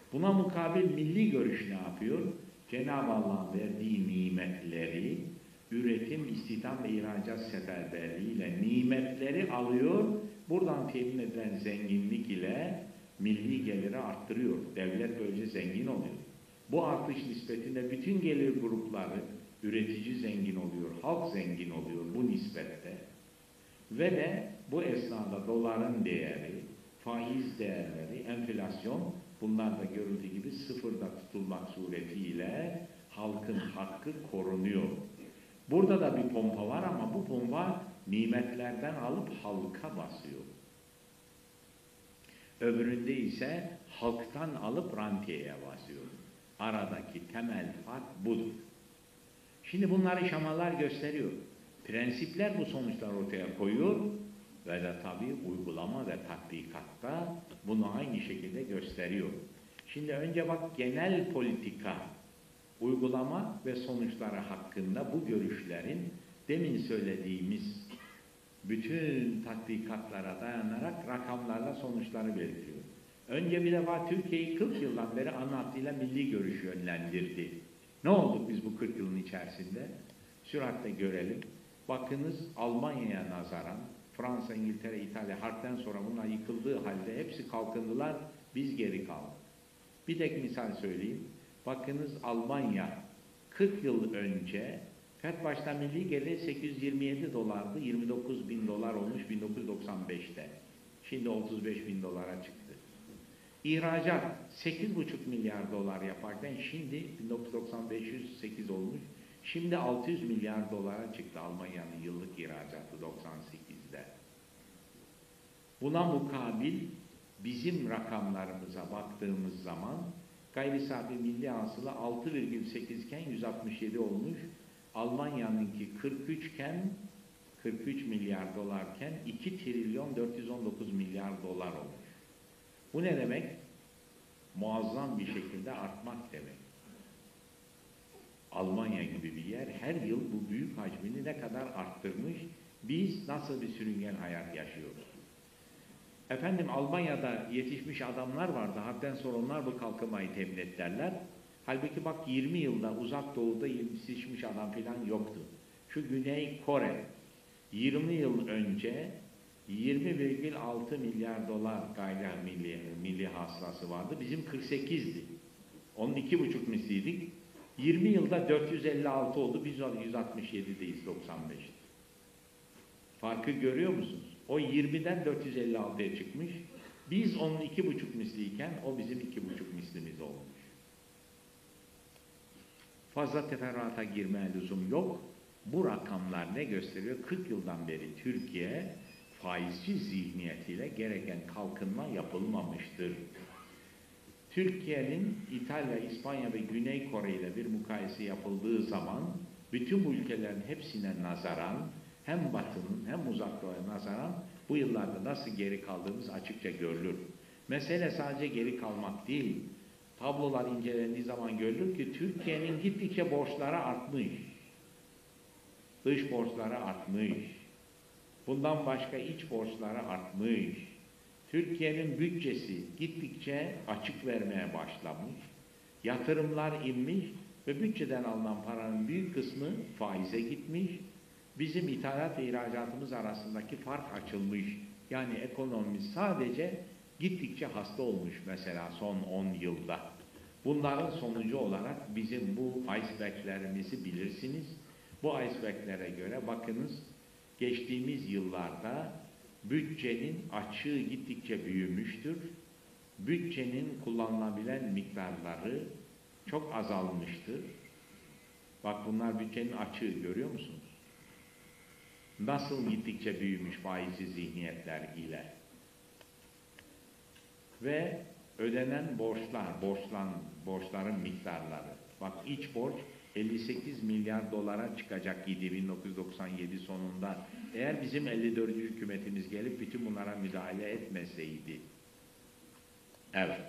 Buna mukabil milli görüş ne yapıyor? Cenab-ı Allah'ın verdiği nimetleri, üretim, istihdam ve ihracat seferberliğiyle nimetleri alıyor, buradan temin edilen zenginlik ile milli geliri arttırıyor. Devlet böylece zengin oluyor. Bu artış nispetinde bütün gelir grupları, üretici zengin oluyor, halk zengin oluyor bu nispette. Ve de bu esnada doların değeri, faiz değerleri, enflasyon, bunlar da görüldüğü gibi sıfırda tutulmak suretiyle halkın hakkı korunuyor. Burada da bir pompa var ama bu pompa nimetlerden alıp halka basıyor. Öbüründe ise halktan alıp rantiyeye basıyor. Aradaki temel fark budur. Şimdi bunları şamalar gösteriyor. Prensipler bu sonuçlar ortaya koyuyor ve de tabii uygulama ve tatbikatta bunu aynı şekilde gösteriyor. Şimdi önce bak genel politika, uygulama ve sonuçları hakkında bu görüşlerin demin söylediğimiz bütün tatbikatlara dayanarak rakamlarla sonuçları belirtiyor. Önce bir defa Türkiye'yi kırk yıldan beri ana hattıyla milli görüş yönlendirdi. Ne olduk biz bu kırk yılın içerisinde? Süratle görelim. Bakınız Almanya'ya nazaran Fransa, İngiltere, İtalya harpten sonra bunlar yıkıldığı halde hepsi kalkındılar, biz geri kaldık. Bir tek misal söyleyeyim. Bakınız Almanya kırk yıl önce Fetvaş'ta milli gelir sekiz yüz yirmi yedi dolardı, yirmi dokuz bin dolar olmuş bin dokuz yüz doksan beşte. Şimdi otuz beş bin dolara çıktı. İhracat sekiz buçuk milyar dolar yaparken şimdi bin dokuz yüz doksan beş yüz sekiz olmuş. Şimdi altı yüz milyar dolara çıktı Almanya'nın yıllık ihracatı doksan sekizde. Buna mukabil bizim rakamlarımıza baktığımız zaman gayri safi milli hasıla altı virgül sekiz iken yüz altmış yedi olmuş. Almanya'nınki kırk üç iken kırk üç milyar dolarken iki trilyon dört yüz on dokuz milyar dolar olmuş. Bu ne demek? Muazzam bir şekilde artmak demek. Almanya gibi bir yer her yıl bu büyük hacmini ne kadar arttırmış, biz nasıl bir sürüngen hayat yaşıyoruz? Efendim Almanya'da yetişmiş adamlar vardı, harpten sonra onlar bu kalkınmayı temin ettiler. Halbuki bak yirmi yılda uzak doğuda yetişmiş adam falan yoktu. Şu Güney Kore yirmi yıl önce yirmi virgül altı milyar dolar gayri milli, milli hasılası vardı. Bizim kırk sekizdi. Onun iki buçuk misliydik. yirmi yılda dört yüz elli altı oldu. Biz yüz altmış yedideyiz doksan beşte. Farkı görüyor musunuz? O yirmiden dört yüz elli altıya çıkmış. Biz onun iki buçuk misliyken o bizim iki buçuk mislimiz olmuş. Fazla teferruata girmeye lüzum yok. Bu rakamlar ne gösteriyor? kırk yıldan beri Türkiye faizci zihniyetiyle gereken kalkınma yapılmamıştır. Türkiye'nin İtalya, İspanya ve Güney Kore ile bir mukayese yapıldığı zaman bütün bu ülkelerin hepsine nazaran hem Batı'nın hem Uzak Doğu'ya nazaran bu yıllarda nasıl geri kaldığımız açıkça görülür. Mesele sadece geri kalmak değil. Tablolar incelendiği zaman görülür ki Türkiye'nin gittikçe borçları artmış. Dış borçları artmış. Bundan başka iç borçları artmış. Türkiye'nin bütçesi gittikçe açık vermeye başlamış. Yatırımlar inmiş ve bütçeden alınan paranın büyük kısmı faize gitmiş. Bizim ithalat ve ihracatımız arasındaki fark açılmış. Yani ekonomimiz sadece gittikçe hasta olmuş mesela son on yılda. Bunların sonucu olarak bizim bu iceberglerimizi bilirsiniz. Bu iceberglere göre bakınız geçtiğimiz yıllarda bütçenin açığı gittikçe büyümüştür. Bütçenin kullanılabilen miktarları çok azalmıştır. Bak bunlar bütçenin açığı görüyor musunuz? Nasıl gittikçe büyümüş faizci zihniyetler ile. Ve ödenen borçlar, borçlan, borçların miktarları. Bak iç borç elli sekiz milyar dolara çıkacak idi bin dokuz yüz doksan yedi sonunda. Eğer bizim elli dördüncü hükümetimiz gelip bütün bunlara müdahale etmeseydi. Evet.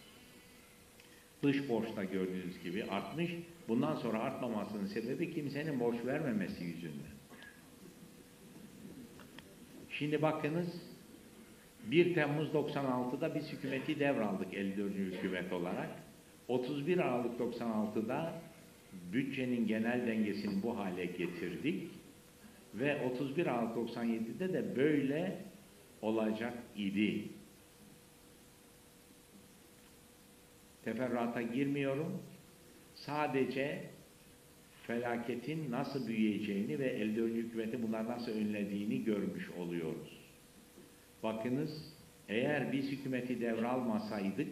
Dış borçta gördüğünüz gibi artmış. Bundan sonra artmamasının sebebi kimsenin borç vermemesi yüzünden. Şimdi bakınız bir Temmuz doksan altıda biz hükümeti devraldık elli dördüncü hükümet olarak. otuz bir Aralık doksan altıda bütçenin genel dengesini bu hale getirdik ve otuz bir Aralık doksan yedide de böyle olacak idi. Teferruata girmiyorum. Sadece felaketin nasıl büyüyeceğini ve elli dördüncü hükümeti bunlar nasıl önlediğini görmüş oluyoruz. Bakınız, eğer biz hükümeti devralmasaydık,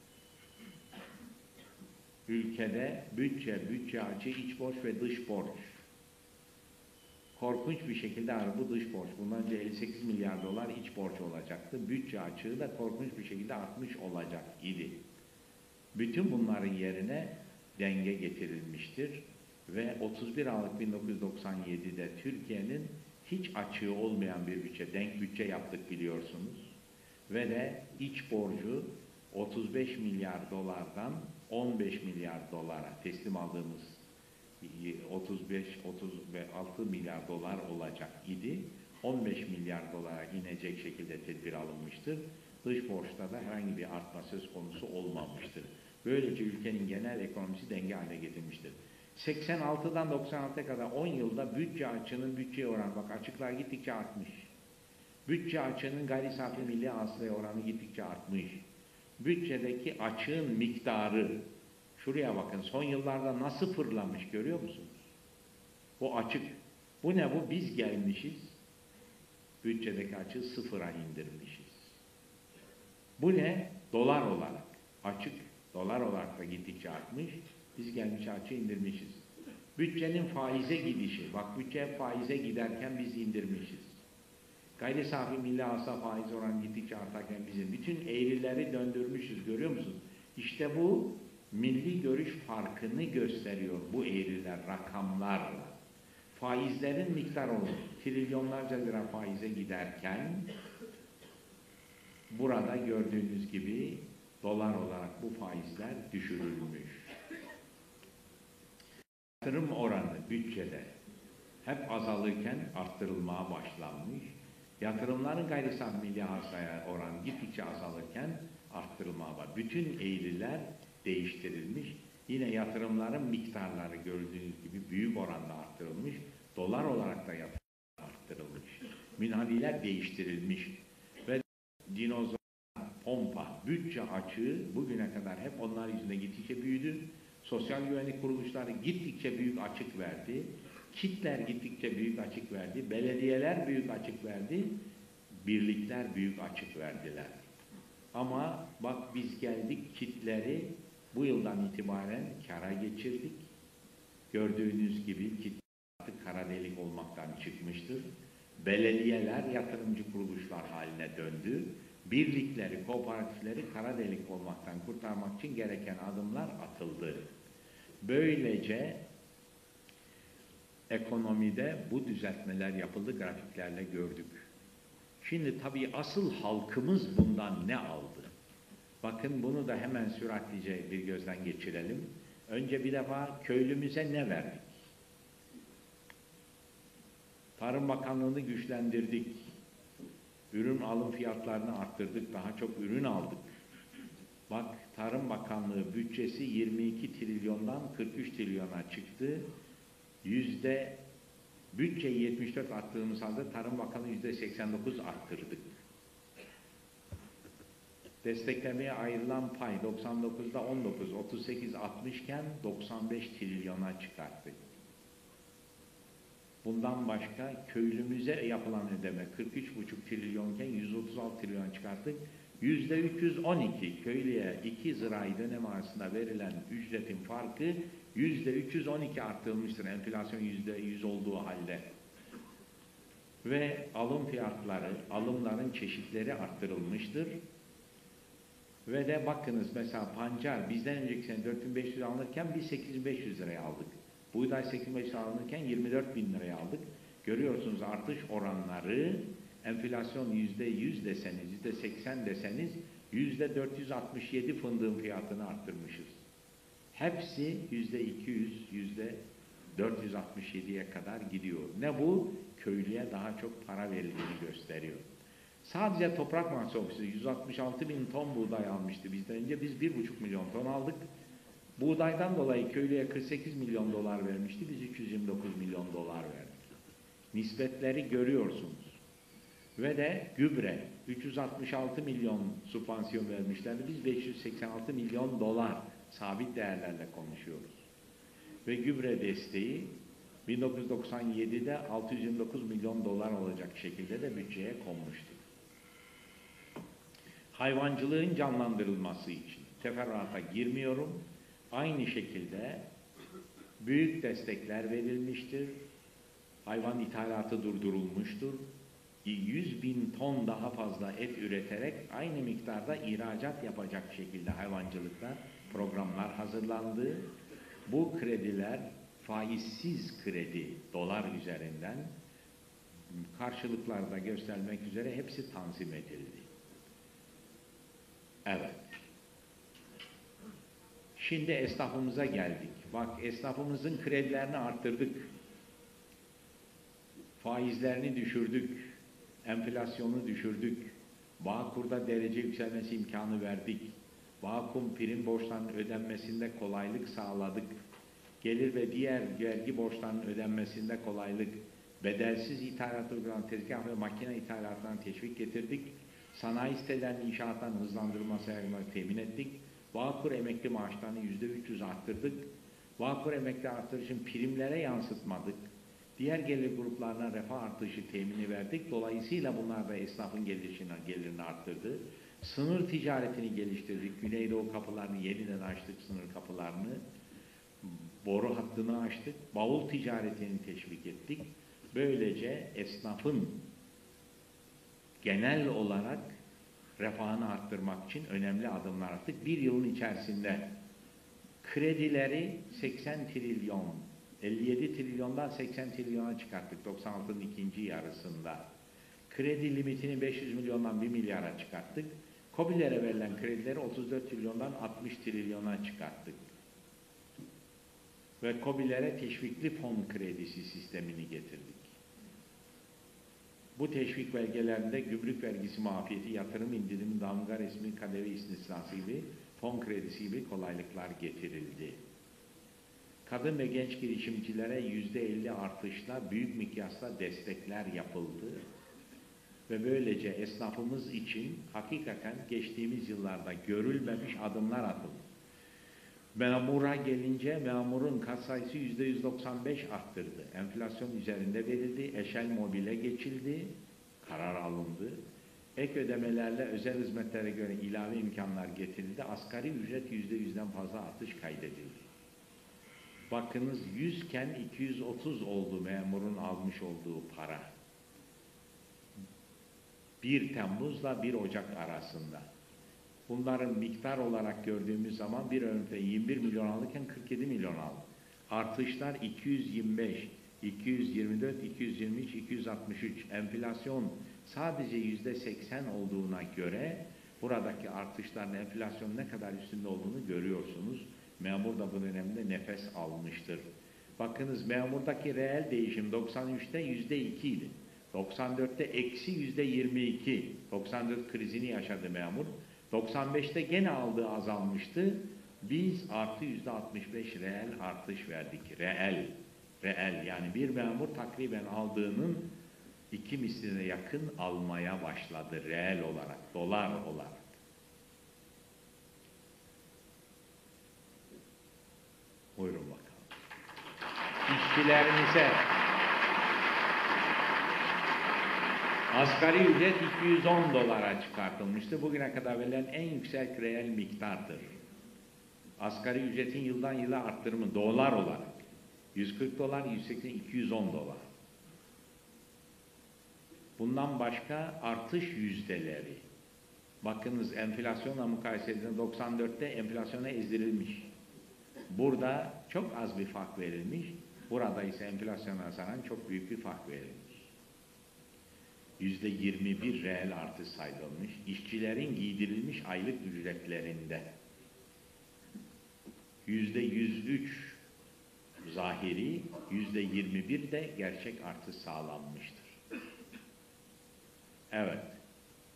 ülkede bütçe, bütçe açığı, iç borç ve dış borç korkunç bir şekilde bu dış borç. Bundan önce elli sekiz milyar dolar iç borç olacaktı. Bütçe açığı da korkunç bir şekilde artmış olacak idi. Bütün bunların yerine denge getirilmiştir ve otuz bir Aralık bin dokuz yüz doksan yedide Türkiye'nin hiç açığı olmayan bir bütçe, denk bütçe yaptık biliyorsunuz. Ve de iç borcu otuz beş milyar dolardan on beş milyar dolara teslim aldığımız otuz beş otuz altı milyar dolar olacak idi. on beş milyar dolara inecek şekilde tedbir alınmıştır. Dış borçta da herhangi bir artma söz konusu olmamıştır. Böylece ülkenin genel ekonomisi denge haline getirmiştir. seksen altıdan doksan altıya kadar on yılda bütçe açığının bütçeye oranı, bak açıklar gittikçe artmış. Bütçe açığının gayri safi milli hasılaya oranı gittikçe artmış. Bütçedeki açığın miktarı, şuraya bakın, son yıllarda nasıl fırlamış görüyor musunuz? Bu açık. Bu ne bu? Biz gelmişiz, bütçedeki açığı sıfıra indirmişiz. Bu ne? Dolar olarak. Açık, dolar olarak da gittikçe artmış. Biz gelmiş açığı indirmişiz. Bütçenin faize gidişi, bak bütçe faize giderken biz indirmişiz. Gayri safi milli hasıla faiz oranı gittikçe artarken bizim bütün eğrileri döndürmüşüz, görüyor musun? İşte bu milli görüş farkını gösteriyor bu eğriler rakamlarla. Faizlerin miktarı olur. Trilyonlarca lira faize giderken burada gördüğünüz gibi dolar olarak bu faizler düşürülmüş. Yatırım oranı bütçede hep azalırken arttırılmaya başlanmış. Yatırımların gayri safi milli hasılaya oranı gittikçe azalırken arttırılmaya var. Bütün eğriler değiştirilmiş. Yine yatırımların miktarları gördüğünüz gibi büyük oranda arttırılmış. Dolar olarak da yatırım arttırılmış. Münhadiler değiştirilmiş. Ve dinozor, pompa, bütçe açığı bugüne kadar hep onlar yüzünden gittikçe büyüdü. Sosyal güvenlik kuruluşları gittikçe büyük açık verdi. Kitler gittikçe büyük açık verdi. Belediyeler büyük açık verdi. Birlikler büyük açık verdiler. Ama bak biz geldik, kitleri bu yıldan itibaren kara geçirdik. Gördüğünüz gibi kitler artık kara delik olmaktan çıkmıştır. Belediyeler yatırımcı kuruluşlar haline döndü. Birlikleri, kooperatifleri kara delik olmaktan kurtarmak için gereken adımlar atıldı. Böylece ekonomide bu düzeltmeler yapıldı, grafiklerle gördük. Şimdi tabii asıl halkımız bundan ne aldı? Bakın bunu da hemen süratlice bir gözden geçirelim. Önce bir defa köylümüze ne verdik? Tarım Bakanlığı'nı güçlendirdik. Ürün alım fiyatlarını arttırdık, daha çok ürün aldık. Bak Tarım Bakanlığı bütçesi yirmi iki trilyondan kırk üç trilyona çıktı. Yüzde bütçeyi yetmiş dört arttırdığımız halde Tarım Bakanlığı yüzde seksen dokuz arttırdık. Desteklemeye ayrılan pay doksan dokuzda on dokuz, otuz sekiz altmış iken doksan beş trilyona çıkarttık. Bundan başka köylümüze yapılan ödeme kırk üç buçuk trilyonken yüz otuz altı trilyon çıkarttık. Yüzde üç yüz on iki köylüye iki zirai dönem arasında verilen ücretin farkı yüzde üç yüz on iki arttırılmıştır. Enflasyon yüzde yüz olduğu halde. Ve alım fiyatları, alımların çeşitleri arttırılmıştır. Ve de bakınız mesela pancar bizden önceki sene dört bin beş yüz alınırken biz sekiz bin beş yüz liraya aldık. Buğday sekiz bin beş yüz alınırken yirmi dört bin liraya aldık. Görüyorsunuz artış oranları enflasyon yüzde yüz deseniz, yüzde seksen deseniz yüzde dört yüz altmış yedi fındığın fiyatını arttırmışız. Hepsi yüzde iki yüz, yüzde dört yüz altmış yediye kadar gidiyor. Ne bu? Köylüye daha çok para verildiğini gösteriyor. Sadece Toprak Mahsulü Ofisi yüz altmış altı bin ton buğday almıştı bizden önce. Biz bir buçuk milyon ton aldık. Buğdaydan dolayı köylüye kırk sekiz milyon dolar vermişti. Biz üç yüz yirmi dokuz milyon dolar verdik. Nispetleri görüyorsunuz. Ve de gübre üç yüz altmış altı milyon sübvansiyon vermişlerdi. Biz beş yüz seksen altı milyon dolar sabit değerlerle konuşuyoruz. Ve gübre desteği bin dokuz yüz doksan yedi'de altı yüz yirmi dokuz milyon dolar olacak şekilde de bütçeye konmuştu. Hayvancılığın canlandırılması için teferruata girmiyorum. Aynı şekilde büyük destekler verilmiştir. Hayvan ithalatı durdurulmuştur. yüz bin ton daha fazla et üreterek aynı miktarda ihracat yapacak şekilde hayvancılıkta programlar hazırlandı. Bu krediler faizsiz kredi dolar üzerinden karşılıklarda göstermek üzere hepsi tanzim edildi. Evet. Şimdi esnafımıza geldik. Bak, esnafımızın kredilerini arttırdık. Faizlerini düşürdük. Enflasyonu düşürdük. Bağkur'da derece yükselmesi imkanı verdik. Bağkur prim borçlarının ödenmesinde kolaylık sağladık. Gelir ve diğer vergi borçlarının ödenmesinde kolaylık. Bedelsiz ithalat uygulanan tezgah ve makine ithalatlarına teşvik getirdik. Sanayi sitelerinin inşaatlarının hızlandırılması yardımıyla temin ettik. Bağkur emekli maaşlarını yüzde üç yüz arttırdık. Bağkur emekli artırışın primlere yansıtmadık. Diğer gelir gruplarına refah artışı temini verdik. Dolayısıyla bunlar da esnafın gelişini, gelirini arttırdı. Sınır ticaretini geliştirdik. Güneydoğu kapılarını yeniden açtık, sınır kapılarını. Boru hattını açtık. Bavul ticaretini teşvik ettik. Böylece esnafın genel olarak refahını arttırmak için önemli adımlar attık. Bir yılın içerisinde kredileri seksen trilyon, elli yedi trilyondan seksen trilyona çıkarttık doksan altının ikinci yarısında. Kredi limitini beş yüz milyondan bir milyara çıkarttık. KOBİ'lere verilen kredileri otuz dört trilyondan altmış trilyona çıkarttık. Ve KOBİ'lere teşvikli fon kredisi sistemini getirdik. Bu teşvik belgelerinde gümrük vergisi muafiyeti, yatırım indirimi, damga resmi kadeve istisnası gibi, fon kredisi gibi kolaylıklar getirildi. Kadın ve genç girişimcilere yüzde elli artışla büyük mikyasla destekler yapıldı. Ve böylece esnafımız için hakikaten geçtiğimiz yıllarda görülmemiş adımlar atıldı. Memura gelince memurun katsayısı yüzde yüz doksan beş arttırdı. Enflasyon üzerinde verildi. Eşel mobile geçildi. Karar alındı. Ek ödemelerle özel hizmetlere göre ilave imkanlar getirildi. Asgari ücret yüzde yüzden fazla artış kaydedildi. Bakınız yüz iken iki yüz otuz oldu memurun almış olduğu para. bir Temmuz'la bir Ocak arasında. Bunların miktar olarak gördüğümüz zaman bir örneğin yirmi bir milyon alırken kırk yedi milyon aldı. Artışlar iki yüz yirmi beş, iki yüz yirmi dört, iki yüz yirmi üç, iki yüz altmış üç. Enflasyon sadece yüzde seksen olduğuna göre buradaki artışların enflasyonun ne kadar üstünde olduğunu görüyorsunuz. Memur da bu dönemde nefes almıştır. Bakınız memurdaki reel değişim doksan üçte yüzde iki idi. doksan dörtte eksi yüzde yirmi iki. doksan dört krizini yaşadı memur. doksan beşte gene aldığı azalmıştı. Biz artı yüzde altmış beş reel artış verdik. Reel. Reel. Yani bir memur takriben aldığının iki misline yakın almaya başladı. Reel olarak. Dolar olarak. Buyurun bakalım. İşçilerimize asgari ücret iki yüz on dolara çıkartılmıştı. Bugüne kadar verilen en yüksek reel miktardır. Asgari ücretin yıldan yıla arttırımı dolar olarak yüz kırk dolar, yüz seksen, iki yüz on dolar. Bundan başka artış yüzdeleri. Bakınız enflasyonla mukayese edildiğinde doksan dörtte enflasyona ezdirilmiş. Burada çok az bir fark verilmiş. Burada ise enflasyona nazaran çok büyük bir fark verilmiş. yüzde yirmi bir reel artış sayılmış. İşçilerin giydirilmiş aylık ücretlerinde yüzde yüz üç zahiri, yüzde yirmi bir de gerçek artış sağlanmıştır. Evet.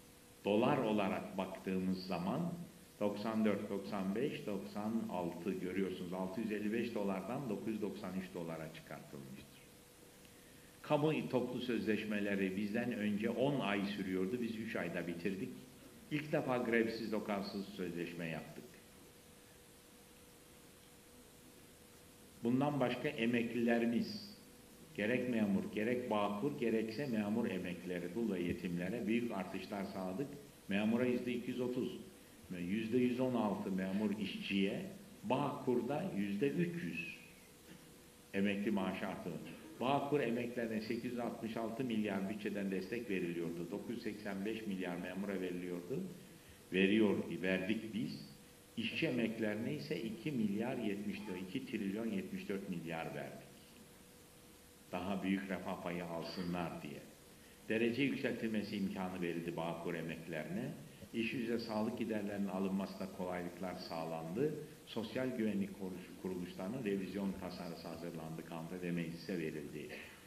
Dolar olarak baktığımız zaman doksan dört, doksan beş, doksan altı görüyorsunuz. altı yüz elli beş dolardan dokuz yüz doksan üç dolara çıkartılmıştır. Kamu toplu sözleşmeleri bizden önce on ay sürüyordu. Biz üç ayda bitirdik. İlk defa grevsiz, lokalsız sözleşme yaptık. Bundan başka emeklilerimiz, gerek memur, gerek bağkur, gerekse memur emeklileri, dul ve yetimlere büyük artışlar sağladık. Memura yüzde iki yüz otuz, yüzde yüz on altı memur işçiye, bağkurda yüzde üç yüz emekli maaşı artırıldı. Bağkur emeklilerine sekiz yüz altmış altı milyar bütçeden destek veriliyordu. dokuz yüz seksen beş milyar memura veriliyordu. Veriyor, verdik biz. İşçi emeklilerine ise iki milyar yetmiş dört, iki trilyon yetmiş dört milyar verdik. Daha büyük refah payı alsınlar diye. Derece yükseltilmesi imkanı verildi Bağkur emeklilerine. İş yüze sağlık giderlerinin alınmasında kolaylıklar sağlandı. Sosyal güvenlik kuruluşlarının revizyon tasarısı hazırlandı, kanunda ve meclise verildi.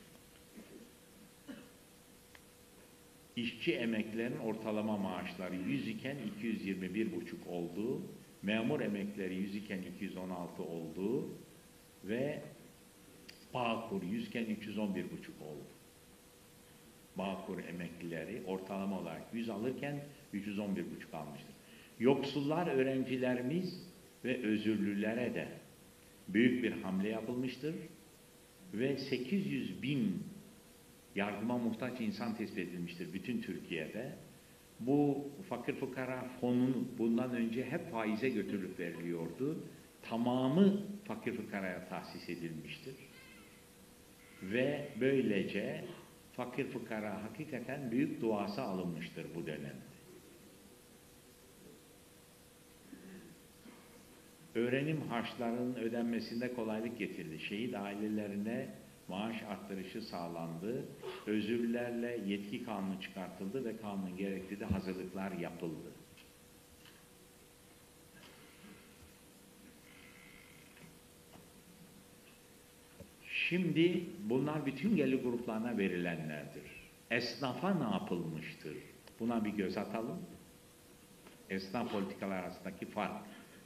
İşçi emeklilerin ortalama maaşları yüz iken iki yüz yirmi bir buçuk oldu. Memur emeklileri yüz iken iki yüz on altı oldu ve Bağkur yüz iken üç yüz on bir buçuk oldu. Bağkur emeklileri ortalama olarak yüz alırken üç yüz on bir buçuk almıştır. Yoksullar öğrencilerimiz ve özürlülere de büyük bir hamle yapılmıştır ve sekiz yüz bin yardıma muhtaç insan tespit edilmiştir bütün Türkiye'de. Bu fakir fukara fonun bundan önce hep faize götürülüp veriliyordu. Tamamı fakir fukaraya tahsis edilmiştir. Ve böylece fakir fukara hakikaten büyük duası alınmıştır bu dönemde. Öğrenim harçlarının ödenmesinde kolaylık getirdi. Şehit ailelerine maaş arttırışı sağlandı. Özürlerle yetki kanunu çıkartıldı ve kanunun gerektiği de hazırlıklar yapıldı. Şimdi bunlar bütün gelir gruplarına verilenlerdir. Esnafa ne yapılmıştır? Buna bir göz atalım. Esnaf politikalar arasındaki fark.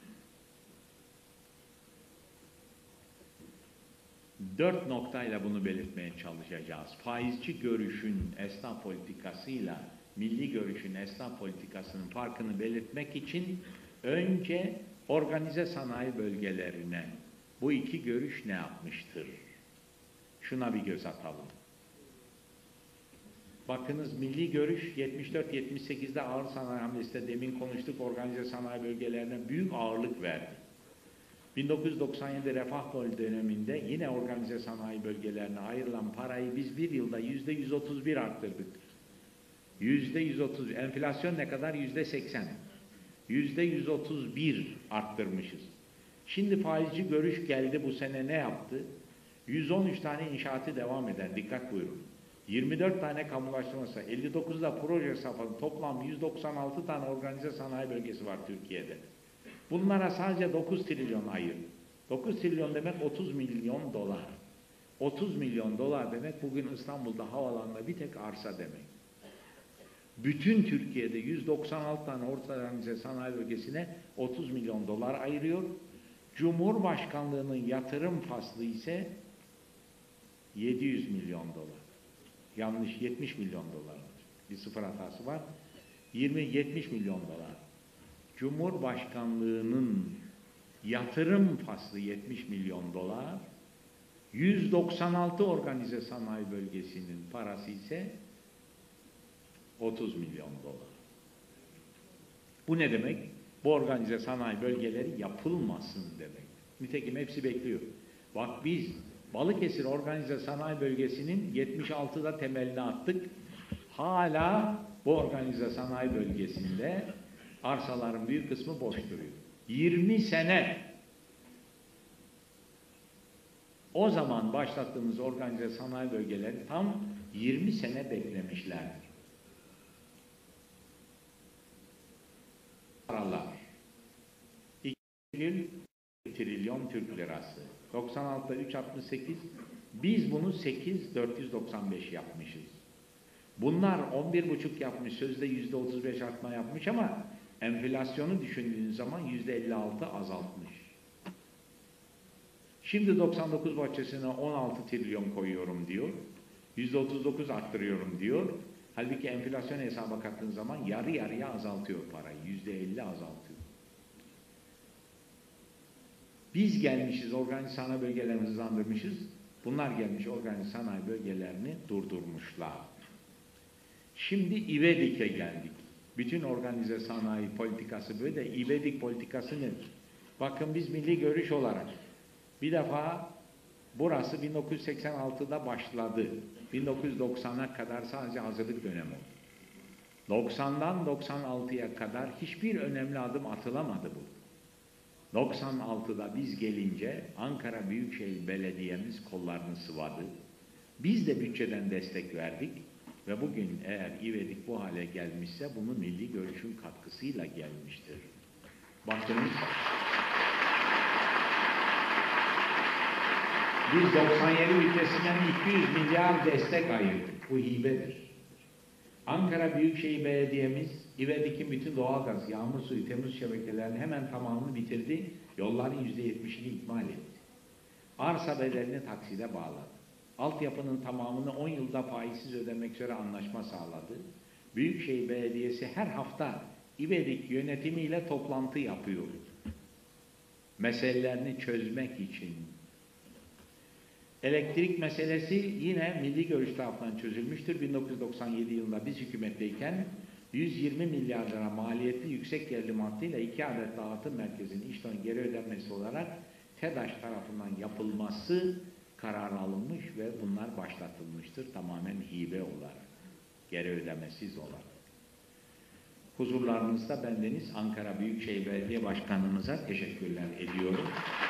Dört noktayla bunu belirtmeye çalışacağız. Faizci görüşün esnaf politikasıyla milli görüşün esnaf politikasının farkını belirtmek için önce organize sanayi bölgelerine bu iki görüş ne yapmıştır? Şuna bir göz atalım. Bakınız milli görüş yetmiş dört yetmiş sekizde ağır sanayi hamlesinde demin konuştuk, organize sanayi bölgelerine büyük ağırlık verdi. bin dokuz yüz doksan yedi refah döneminde yine organize sanayi bölgelerine ayrılan parayı biz bir yılda yüzde yüz otuz bir arttırdık. Yüzde yüz otuz, enflasyon ne kadar? Yüzde seksen. Yüzde yüz otuz bir arttırmışız. Şimdi faizci görüş geldi bu sene ne yaptı? yüz on üç tane inşaatı devam eden, dikkat buyurun. yirmi dört tane kamulaştırması, elli dokuzda proje safhası, toplam yüz doksan altı tane organize sanayi bölgesi var Türkiye'de. Bunlara sadece dokuz trilyon ayır. dokuz trilyon demek otuz milyon dolar. otuz milyon dolar demek bugün İstanbul'da havalanında bir tek arsa demek. Bütün Türkiye'de yüz doksan altı tane organize sanayi bölgesine otuz milyon dolar ayırıyor. Cumhurbaşkanlığının yatırım faslı ise yedi yüz milyon dolar. Yanlış, yetmiş milyon dolar. Bir sıfır hatası var. yirmi yetmiş milyon dolar. Cumhurbaşkanlığının yatırım faslı yetmiş milyon dolar. yüz doksan altı organize sanayi bölgesinin parası ise otuz milyon dolar. Bu ne demek? Bu organize sanayi bölgeleri yapılmasın demek. Nitekim hepsi bekliyor. Bak biz Balıkesir Organize Sanayi Bölgesi'nin yetmiş altıda temelini attık. Hala bu organize sanayi bölgesinde arsaların büyük kısmı boş duruyor. yirmi sene o zaman başlattığımız organize sanayi bölgeleri tam yirmi sene beklemişlerdir. Paralar. iki trilyon Türk lirası. doksan altıda üç virgül altmış sekiz. Biz bunu sekiz bin dört yüz doksan beş yapmışız. Bunlar on bir buçuk yapmış, sözde yüzde otuz beş artma yapmış ama enflasyonu düşündüğün zaman yüzde elli altı azaltmış. Şimdi doksan dokuz bahçesine on altı trilyon koyuyorum diyor. yüzde otuz dokuz arttırıyorum diyor. Halbuki enflasyon hesaba kattığın zaman yarı yarıya azaltıyor parayı. yüzde elli azaltıyor. Biz gelmişiz, organize sanayi bölgelerini hızlandırmışız. Bunlar gelmiş, organize sanayi bölgelerini durdurmuşlar. Şimdi İvedik'e geldik. Bütün organize sanayi politikası böyle. İvedik politikası nedir? Bakın biz milli görüş olarak bir defa burası bin dokuz yüz seksen altıda başladı. bin dokuz yüz doksana kadar sadece hazırlık dönemi oldu. doksandan doksan altıya kadar hiçbir önemli adım atılamadı bu. doksan altıda biz gelince Ankara Büyükşehir Belediye'miz kollarını sıvadı. Biz de bütçeden destek verdik ve bugün eğer İvedik bu hale gelmişse bunu milli görüşün katkısıyla gelmiştir. Bakınız, biz doksan yedi bütçesinden iki yüz milyar destek ayırdık. Bu hibedir. Ankara Büyükşehir Belediye'miz İvedik'in bütün doğalgaz, yağmur suyu, temiz şebekelerini hemen tamamını bitirdi. Yolların yüzde yetmişini ikmal etti. Arsa bedelini takside bağladı. Altyapının tamamını on yılda faizsiz ödemek üzere anlaşma sağladı. Büyükşehir Belediyesi her hafta İvedik yönetimiyle toplantı yapıyor. Meselelerini çözmek için. Elektrik meselesi yine milli görüş tarafından çözülmüştür. bin dokuz yüz doksan yedi yılında biz hükümetteyken yüz yirmi milyar lira maliyetli yüksek gerilim hattıyla iki adet dağıtım merkezinin işten geri ödenmesi olarak TEDAŞ tarafından yapılması kararı alınmış ve bunlar başlatılmıştır. Tamamen hibe olarak, geri ödemesiz olarak. Huzurlarınızda bendeniz Ankara Büyükşehir Belediye Başkanımıza teşekkürler ediyorum.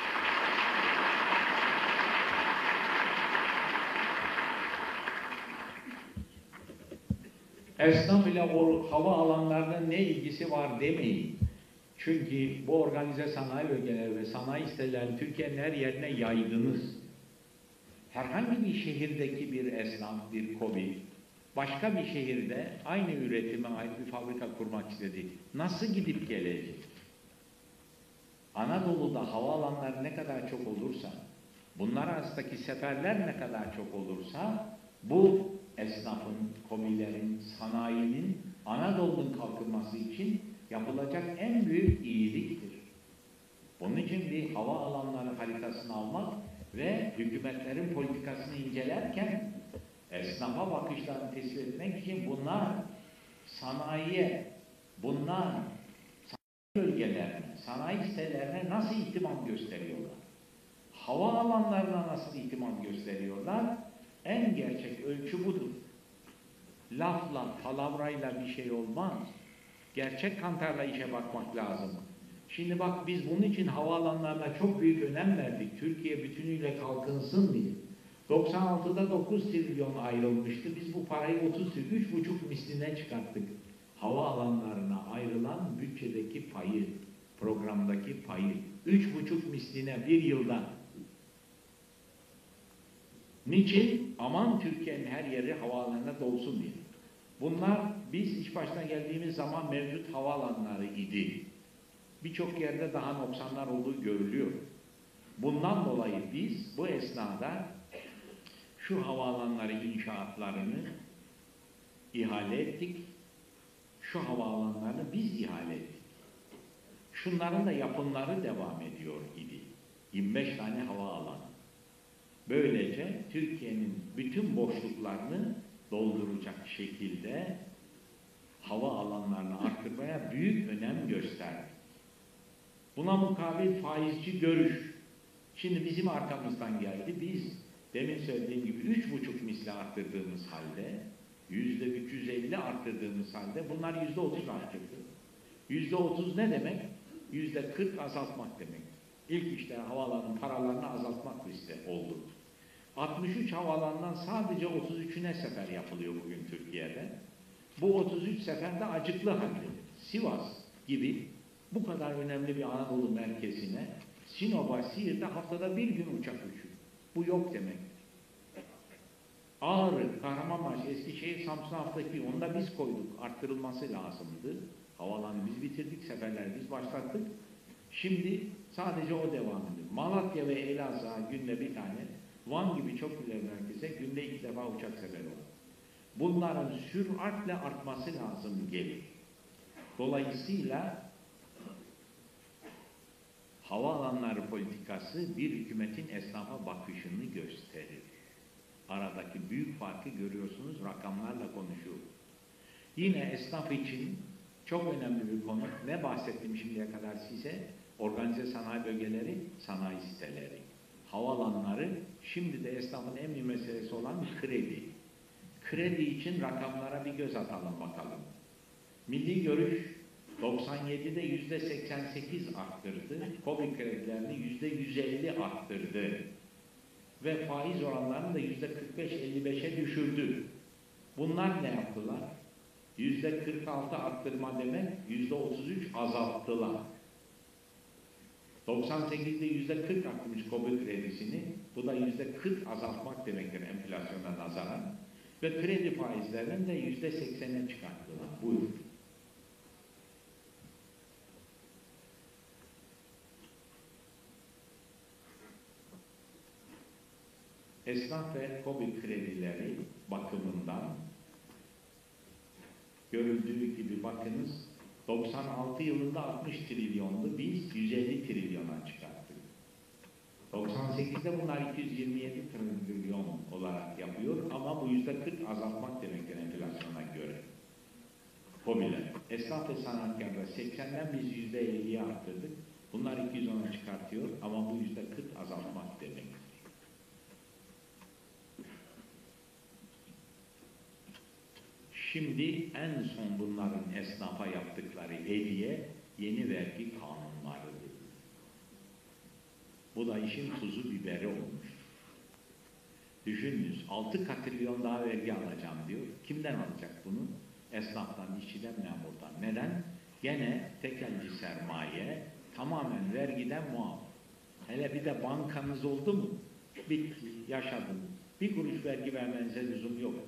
Esnaf ile o hava alanlarının ne ilgisi var demeyin. Çünkü bu organize sanayi bölgeleri ve sanayi sitelerini Türkiye'nin her yerine yaydınız. Herhangi bir şehirdeki bir esnaf, bir KOBİ, başka bir şehirde aynı üretime ait bir fabrika kurmak istedi. Nasıl gidip gelecek? Anadolu'da havaalanları ne kadar çok olursa, bunlar arasındaki seferler ne kadar çok olursa, bu esnafın, KOBİ'lerin, sanayinin, Anadolu'nun kalkınması için yapılacak en büyük iyiliktir. Bunun için bir hava alanları haritasını almak ve hükümetlerin politikasını incelerken esnafa bakışlarını tespit etmek için bunlar sanayiye, bunlar sanayi bölgelerine, sanayi sitelerine nasıl ihtimam gösteriyorlar? Hava alanlarına nasıl ihtimam gösteriyorlar? En gerçek ölçü budur. Lafla, palavrayla bir şey olmaz. Gerçek kantarla işe bakmak lazım. Şimdi bak biz bunun için havaalanlarına çok büyük önem verdik. Türkiye bütünüyle kalkınsın diye. doksan altıda dokuz trilyon ayrılmıştı. Biz bu parayı otuz, üç buçuk misline çıkarttık. Havaalanlarına ayrılan bütçedeki payı, programdaki payı. Üç buçuk misline bir yılda. Niçin? Aman Türkiye'nin her yeri havaalanına dolsun diye. Bunlar biz iş başına geldiğimiz zaman mevcut havaalanları idi. Birçok yerde daha noksanlar olduğu görülüyor. Bundan dolayı biz bu esnada şu havaalanları inşaatlarını ihale ettik. Şu havaalanlarını biz ihale ettik. Şunların da yapımları devam ediyor idi. yirmi beş tane havaalanı. Böylece Türkiye'nin bütün boşluklarını dolduracak şekilde hava alanlarını arttırmaya büyük önem gösterdik. Buna mukabil faizci görüş. Şimdi bizim arkamızdan geldi. Biz demin söylediğim gibi üç buçuk misli arttırdığımız halde, yüzde üç yüz elli arttırdığımız halde bunlar yüzde otuz arttırdı. Yüzde otuz ne demek? Yüzde kırk azaltmak demek. İlk işte havaalanının paralarını azaltmak liste oldu. altmış üç havaalanından sadece otuz üçüne sefer yapılıyor bugün Türkiye'de. Bu otuz üç seferde acıklı halde. Sivas gibi bu kadar önemli bir Anadolu merkezine Sinop'a, Siirt'e haftada bir gün uçak uçuyor. Bu yok demek. Ağrı, Kahramanmaraş, Eskişehir, Samsun haftaki onu da biz koyduk. Arttırılması lazımdı. Havalanı biz bitirdik, seferleri biz başlattık. Şimdi sadece o devam ediyor. Malatya ve Elazığ'a günde bir tane, Van gibi çok ileri merkeze günde iki defa uçak seferi var. Bunların süratle artması lazım gelir. Dolayısıyla havaalanları politikası bir hükümetin esnafa bakışını gösterir. Aradaki büyük farkı görüyorsunuz, rakamlarla konuşuyor. Yine esnaf için çok önemli bir konu. Ne bahsettim şimdiye kadar size? Organize sanayi bölgeleri, sanayi siteleri. Havaalanları, şimdi de esnafın en büyük meselesi olan kredi. Kredi için rakamlara bir göz atalım bakalım. Milli Görüş doksan yedide yüzde seksen sekiz arttırdı. KOBİ kredilerini yüzde yüz elli arttırdı. Ve faiz oranlarını da yüzde kırk beş elli beşe düşürdü. Bunlar ne yaptılar? Yüzde kırk altı arttırma demek, yüzde otuz üç azalttılar. doksan sekizde yüzde kırk arttırmış KOBİ kredisini, bu da yüzde kırk azaltmak demektir enflasyona nazaran. Ve kredi faizlerini de yüzde seksene çıkarttılar. Buyurun. Esnaf ve KOBİ kredileri bakımından görüldüğü gibi bakınız, doksan altı yılında altmış trilyondu, biz yüz elli trilyona çıkarttık. doksan sekizde bunlar iki yüz yirmi yedi trilyon olarak yapıyor ama bu yüzde kırk azaltmak demektir enflasyona göre. KOBİ'ler. Esnaf ve sanatkarlar seksenden biz yüzde elliye arttırdık. Bunlar iki yüz ona çıkartıyor ama bu yüzde kırk azaltmak demektir. Şimdi en son bunların esnafa yaptıkları hediye yeni vergi kanunlarıdır. Bu da işin tuzu biberi olmuş. Düşününüz, altı katrilyon daha vergi alacağım diyor. Kimden alacak bunu? Esnaftan, işçiden, memurdan. Neden? Gene tekelci sermaye tamamen vergiden muaf. Hele bir de bankanız oldu mu? Bitti, yaşadın. Bir kuruş vergi vermenize lüzum yok.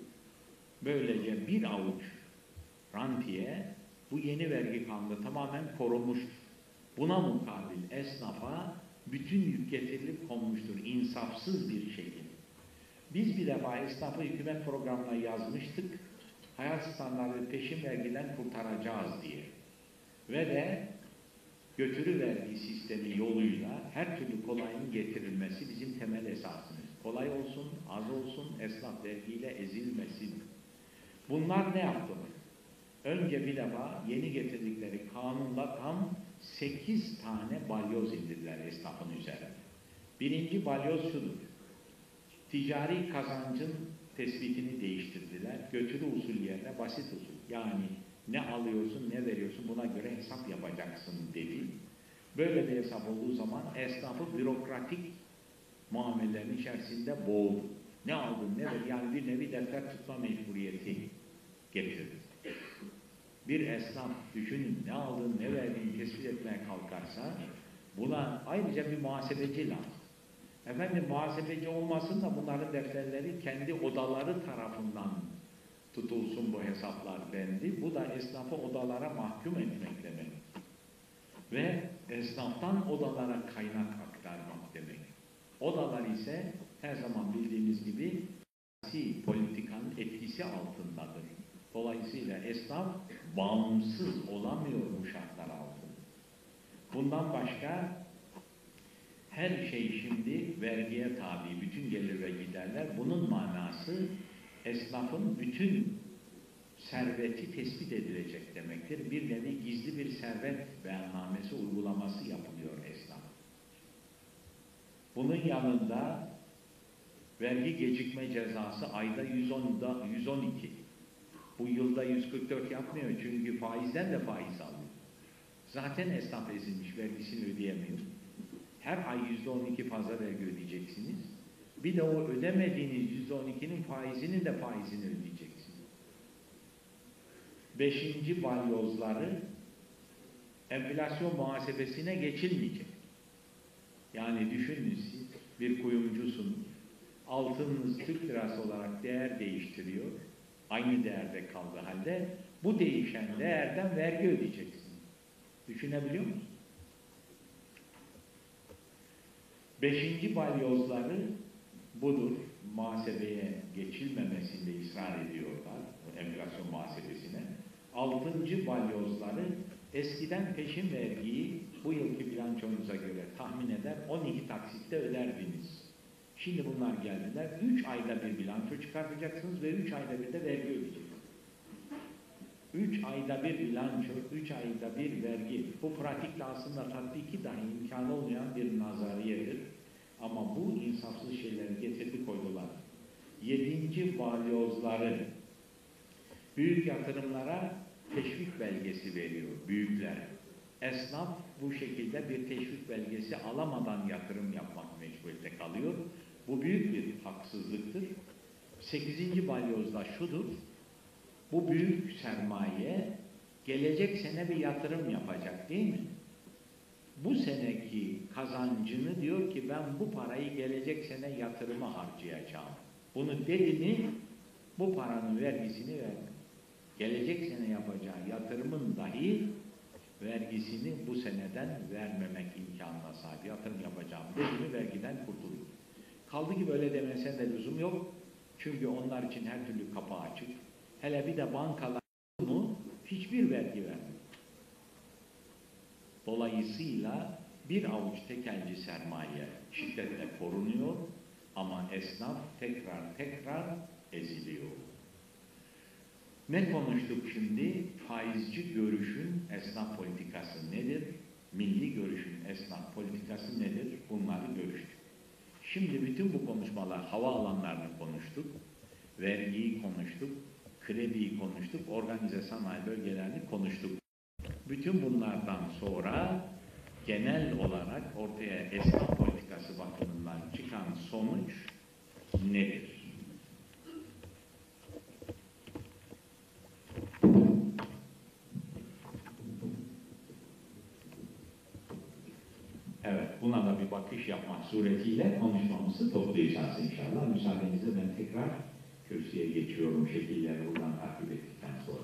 Böylece bir avuç rantiye bu yeni vergi kanunu tamamen korunmuştur. Buna mukabil esnafa bütün yük getirilip konmuştur insafsız bir şekilde. Biz bir defa esnafı hükümet programına yazmıştık. Hayat standartı peşin vergiden kurtaracağız diye. Ve de götürü vergi sistemi yoluyla her türlü kolayın getirilmesi bizim temel esasımız. Kolay olsun, az olsun, esnaf vergiyle ezilmesin. Bunlar ne yaptılar? Önce bir defa yeni getirdikleri kanunla tam sekiz tane balyoz indirdiler esnafın üzerine. Birinci balyoz şudur. Ticari kazancın tespitini değiştirdiler. Götürü usul yerine basit usul. Yani ne alıyorsun, ne veriyorsun buna göre hesap yapacaksın dedi. Böyle bir hesap olduğu zaman esnafı bürokratik muamelelerin içerisinde boğdu. Ne aldın, ne verdin? Yani bir nevi defter tutma mecburiyeti getirdi. Bir esnaf düşünün ne aldın, ne verdiğini tespit etmeye kalkarsa buna ayrıca bir muhasebeci lazım. Efendim muhasebeci olmasın da bunların defterleri kendi odaları tarafından tutulsun bu hesaplar dendi. Bu da esnafı odalara mahkum etmek demek. Ve esnaftan odalara kaynak aktarmak demek. Odalar ise her zaman bildiğiniz gibi siyasi politikanın etkisi altındadır. Dolayısıyla esnaf bağımsız olamıyor bu şartlar altında. Bundan başka her şey şimdi vergiye tabi, bütün gelir ve giderler. Bunun manası esnafın bütün serveti tespit edilecek demektir. Bir nevi gizli bir servet beyannamesi uygulaması yapılıyor esnaf. Bunun yanında vergi gecikme cezası ayda yüz onda yüz on iki. Bu yılda yüz kırk dört yapmıyor çünkü faizden de faiz alıyor. Zaten esnaf ezilmiş, vergisini ödeyemiyor. Her ay yüzde on iki fazla vergi ödeyeceksiniz. Bir de o ödemediğiniz yüzde on ikinin faizinin de faizini ödeyeceksiniz. Beşinci balyozları enflasyon muhasebesine geçilmeyecek. Yani düşünün siz bir kuyumcusunuz. altınınız Türk lirası olarak değer değiştiriyor. Aynı değerde kaldığı halde bu değişen değerden vergi ödeyeceksin. Düşünebiliyor musun? Beşinci balyozları budur. Muhasebeye geçilmemesinde ısrar ediyorlar. Enflasyon muhasebesine. Altıncı balyozları eskiden peşin vergiyi bu yılki bilançonuza göre tahmin eder on iki taksitte öderdiniz. Şimdi bunlar geldiler. üç ayda bir bilanço çıkartacaksınız ve üç ayda bir de vergi ödeyeceksiniz. üç ayda bir bilanço, üç ayda bir vergi. Bu pratikle aslında tatbiki dahi imkanı olmayan bir nazariyedir. Ama bu insafsız şeyleri getirdi koydular. Yedinci balyozları büyük yatırımlara teşvik belgesi veriyor büyükler. Esnaf bu şekilde bir teşvik belgesi alamadan yatırım yapmak mecburiyette kalıyor. Bu büyük bir haksızlıktır. Sekizinci balyozda şudur. Bu büyük sermaye gelecek sene bir yatırım yapacak değil mi? Bu seneki kazancını diyor ki ben bu parayı gelecek sene yatırıma harcayacağım. Bunu dedi mi bu paranın vergisini vermiyor. Gelecek sene yapacağı yatırımın dahi vergisini bu seneden vermemek imkanına sahip. Yatırım yapacağım dedi mi vergiden kurtuluyor. Kaldı ki böyle demesine de lüzum yok. Çünkü onlar için her türlü kapı açık. Hele bir de bankalar mı hiçbir vergi vermiyor. Dolayısıyla bir avuç tekelci sermaye şiddetle korunuyor ama esnaf tekrar tekrar eziliyor. Ne konuştuk şimdi? Faizci görüşün esnaf politikası nedir? Milli görüşün esnaf politikası nedir? Bunları görüştük. Şimdi bütün bu konuşmalar hava alanlarını konuştuk, vergiyi konuştuk, krediyi konuştuk, organize sanayi bölgelerini konuştuk. Bütün bunlardan sonra genel olarak ortaya esnaf politikası bakımından çıkan sonuç nedir? Evet, buna da bir bakış yapmak suretiyle konuşmamızı toplayacağız inşallah. Müsaadenizle ben tekrar kürsüye geçiyorum şekilleri buradan takip ettikten sonra.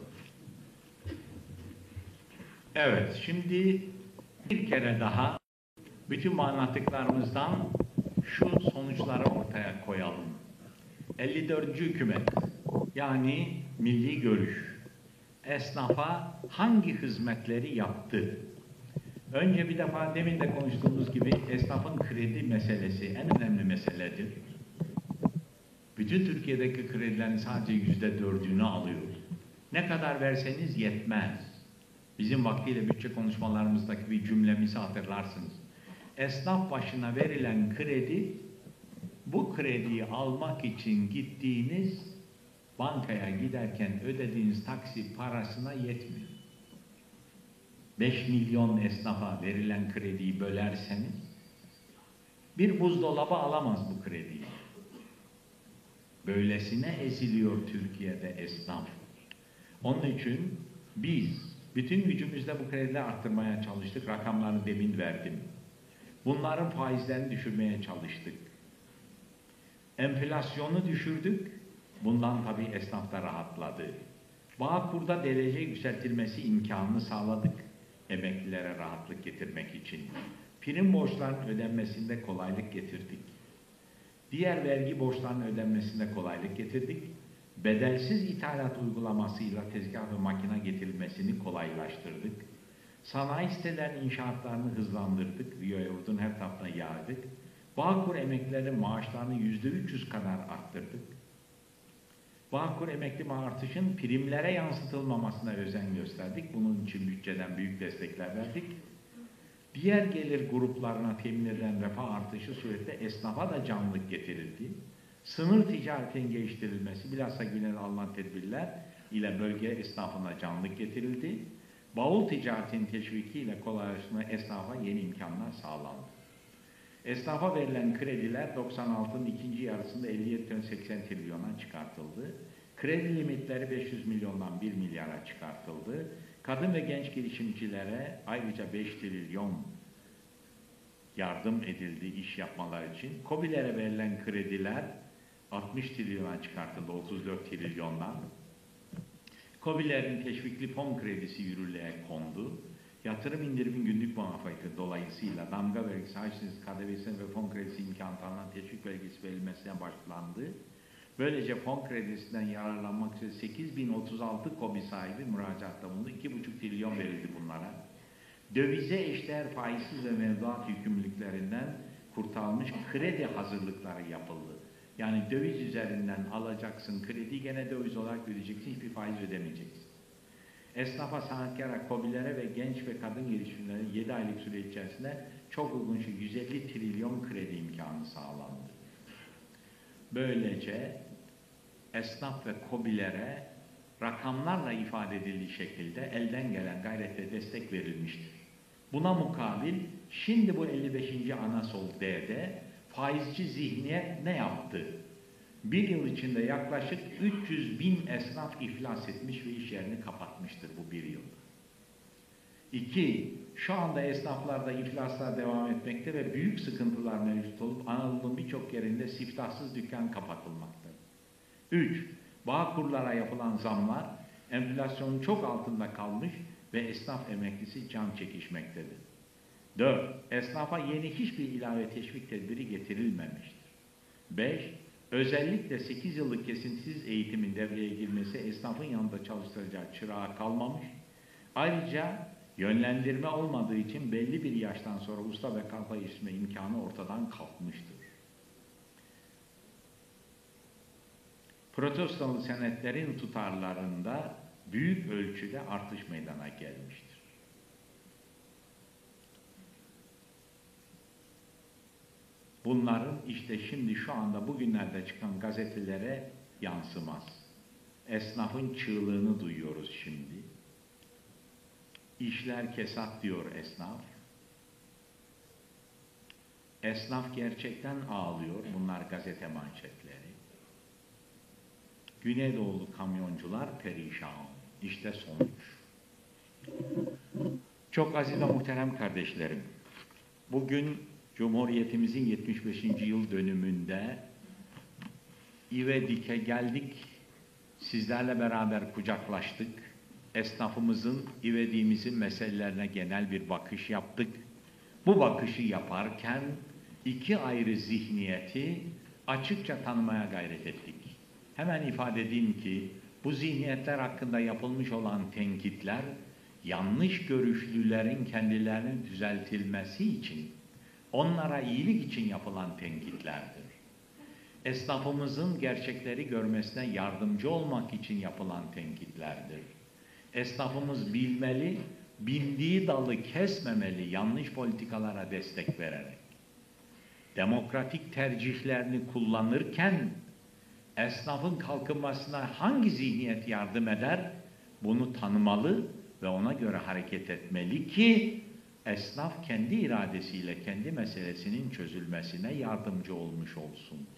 Evet, şimdi bir kere daha bütün bu anlattıklarımızdan şu sonuçları ortaya koyalım. elli dördüncü hükümet, yani milli görüş, esnafa hangi hizmetleri yaptı? Önce bir defa demin de konuştuğumuz gibi esnafın kredi meselesi en önemli meseledir. Bütün Türkiye'deki kredilerin sadece yüzde dördünü alıyor. Ne kadar verseniz yetmez. Bizim vaktiyle bütçe konuşmalarımızdaki bir cümlemizi hatırlarsınız. Esnaf başına verilen kredi, bu krediyi almak için gittiğiniz bankaya giderken ödediğiniz taksi parasına yetmiyor. beş milyon esnafa verilen krediyi bölerseniz, bir buzdolabı alamaz bu krediyi. Böylesine eziliyor Türkiye'de esnaf. Onun için biz bütün gücümüzle bu kredileri arttırmaya çalıştık. Rakamları demin verdim. Bunların faizlerini düşürmeye çalıştık. Enflasyonu düşürdük. Bundan tabii esnaf da rahatladı. Bağkur'da derece yükseltilmesi imkanını sağladık. Emeklilere rahatlık getirmek için. Prim borçlarının ödenmesinde kolaylık getirdik. Diğer vergi borçlarının ödenmesinde kolaylık getirdik. Bedelsiz ithalat uygulamasıyla tezgah ve makine getirilmesini kolaylaştırdık. Sanayi sitelerinin inşaatlarını hızlandırdık. Viyayurdun her tarafına yaydık. Bağkur emeklilerin maaşlarını yüzde üç yüz kadar arttırdık. Bağkur emekli artışın primlere yansıtılmamasına özen gösterdik. Bunun için bütçeden büyük destekler verdik. Diğer gelir gruplarına temin edilen refah artışı surette esnafa da canlılık getirildi. Sınır ticaretinin geliştirilmesi, bilhassa Güney'de alınan tedbirler ile bölge esnafına canlılık getirildi. Bavul ticaretinin teşvikiyle kolaylaştırma esnafa yeni imkanlar sağlandı. Esnafa verilen krediler doksan altının ikinci yarısında elli yedi virgül seksen trilyona çıkartıldı. Kredi limitleri beş yüz milyondan bir milyara çıkartıldı. Kadın ve genç girişimcilere ayrıca beş trilyon yardım edildi iş yapmaları için. KOBİ'lere verilen krediler altmış trilyona çıkartıldı, otuz dört trilyondan. KOBİ'lerin teşvikli fon kredisi yürürlüğe kondu. Yatırım indirimin günlük muafiyeti dolayısıyla damga vergisi, harçsız, K D V'si ve fon kredisi imkanı tanınan teşvik belgesi verilmesine başlandı. Böylece fon kredisinden yararlanmak üzere sekiz bin otuz altı KOBİ sahibi müracaatta bulundu. iki buçuk trilyon verildi bunlara. Dövize eşdeğer faizsiz ve mevduat yükümlülüklerinden kurtarılmış kredi hazırlıkları yapıldı. Yani döviz üzerinden alacaksın, kredi gene döviz olarak ödeyeceksin, hiçbir faiz ödemeyeceksin. Esnafa, sanatkara, KOBİ'lere ve genç ve kadın girişimlere yedi aylık süre içerisinde çok uygun şu yüz elli trilyon kredi imkanı sağlandı. Böylece esnaf ve KOBİ'lere rakamlarla ifade edildiği şekilde elden gelen gayrete destek verilmiştir. Buna mukabil şimdi bu elli beşinci Anasol D'de faizci zihniyet ne yaptı? Bir yıl içinde yaklaşık üç yüz bin esnaf iflas etmiş ve iş yerini kapatmıştır bu bir yılda. İki, şu anda esnaflarda iflaslar devam etmekte ve büyük sıkıntılar mevcut olup Anadolu'nun birçok yerinde siftahsız dükkan kapatılmaktadır. Üç, Bağkurlara yapılan zamlar enflasyonun çok altında kalmış ve esnaf emeklisi can çekişmektedir. Dört, Esnafa yeni hiçbir ilave teşvik tedbiri getirilmemiştir. Beş, Özellikle sekiz yıllık kesintisiz eğitimin devreye girmesi esnafın yanında çalıştıracağı çırağa kalmamış. Ayrıca yönlendirme olmadığı için belli bir yaştan sonra usta ve kalfa yetiştirme imkanı ortadan kalkmıştır. Protestalı senetlerin tutarlarında büyük ölçüde artış meydana gelmiştir. Bunların işte şimdi şu anda bugünlerde çıkan gazetelere yansımaz. Esnafın çığlığını duyuyoruz şimdi. İşler kesat diyor esnaf. Esnaf gerçekten ağlıyor. Bunlar gazete manşetleri. Güneydoğulu kamyoncular perişan. İşte sonuç. Çok aziz ve muhterem kardeşlerim. Bugün Cumhuriyetimizin yetmiş beşinci yıl dönümünde İvedik'e geldik. Sizlerle beraber kucaklaştık. Esnafımızın, İvedik'imizin meselelerine genel bir bakış yaptık. Bu bakışı yaparken iki ayrı zihniyeti açıkça tanımaya gayret ettik. Hemen ifade edeyim ki bu zihniyetler hakkında yapılmış olan tenkitler yanlış görüşlülerin kendilerinin düzeltilmesi için, onlara iyilik için yapılan tenkitlerdir. Esnafımızın gerçekleri görmesine yardımcı olmak için yapılan tenkitlerdir. Esnafımız bilmeli, bildiği dalı kesmemeli yanlış politikalara destek vererek. Demokratik tercihlerini kullanırken esnafın kalkınmasına hangi zihniyet yardım eder? Bunu tanımalı ve ona göre hareket etmeli ki esnaf kendi iradesiyle kendi meselesinin çözülmesine yardımcı olmuş olsun.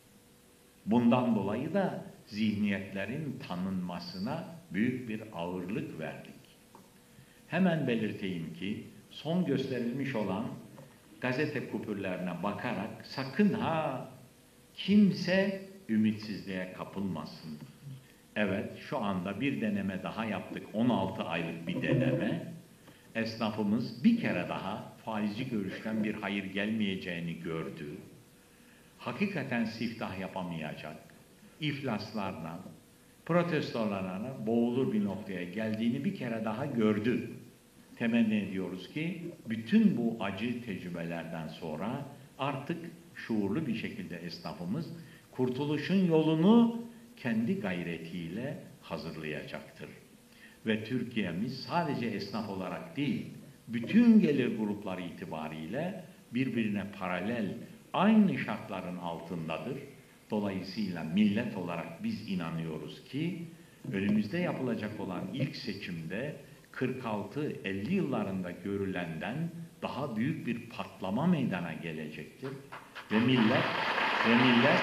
Bundan dolayı da zihniyetlerin tanınmasına büyük bir ağırlık verdik. Hemen belirteyim ki son gösterilmiş olan gazete kupürlerine bakarak sakın ha kimse ümitsizliğe kapılmasın. Evet, şu anda bir deneme daha yaptık. on altı aylık bir deneme. Esnafımız bir kere daha faizci görüşten bir hayır gelmeyeceğini gördü. Hakikaten siftah yapamayacak, iflaslarla, protestolarla boğulur bir noktaya geldiğini bir kere daha gördü. Temenni ediyoruz ki bütün bu acı tecrübelerden sonra artık şuurlu bir şekilde esnafımız kurtuluşun yolunu kendi gayretiyle hazırlayacaktır. Ve Türkiye'miz sadece esnaf olarak değil, bütün gelir grupları itibariyle birbirine paralel, aynı şartların altındadır. Dolayısıyla millet olarak biz inanıyoruz ki önümüzde yapılacak olan ilk seçimde kırk altı elli yıllarında görülenden daha büyük bir patlama meydana gelecektir. Ve millet ve millet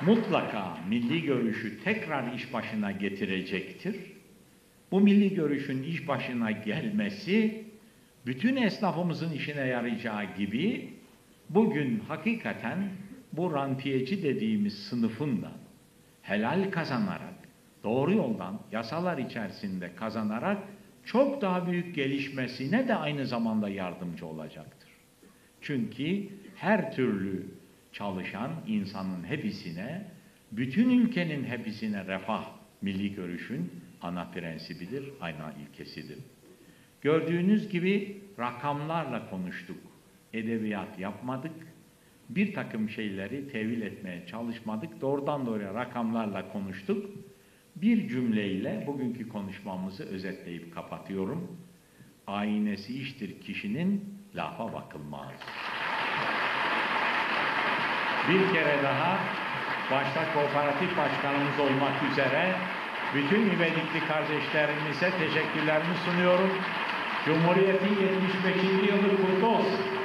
mutlaka milli görüşü tekrar iş başına getirecektir. Bu milli görüşün iş başına gelmesi, bütün esnafımızın işine yarayacağı gibi, bugün hakikaten bu rantiyeci dediğimiz sınıfın da helal kazanarak, doğru yoldan, yasalar içerisinde kazanarak çok daha büyük gelişmesine de aynı zamanda yardımcı olacaktır. Çünkü her türlü çalışan insanın hepsine, bütün ülkenin hepsine refah milli görüşün ana prensibidir, ana ilkesidir. Gördüğünüz gibi rakamlarla konuştuk, edebiyat yapmadık, bir takım şeyleri tevil etmeye çalışmadık, doğrudan doğruya rakamlarla konuştuk. Bir cümleyle bugünkü konuşmamızı özetleyip kapatıyorum. Aynesi iştir kişinin, lafa bakılmaz. Bir kere daha başta kooperatif başkanımız olmak üzere bütün İvedikli kardeşlerimize teşekkürlerimi sunuyorum. Cumhuriyetin yetmiş beşinci yılı kutlu olsun.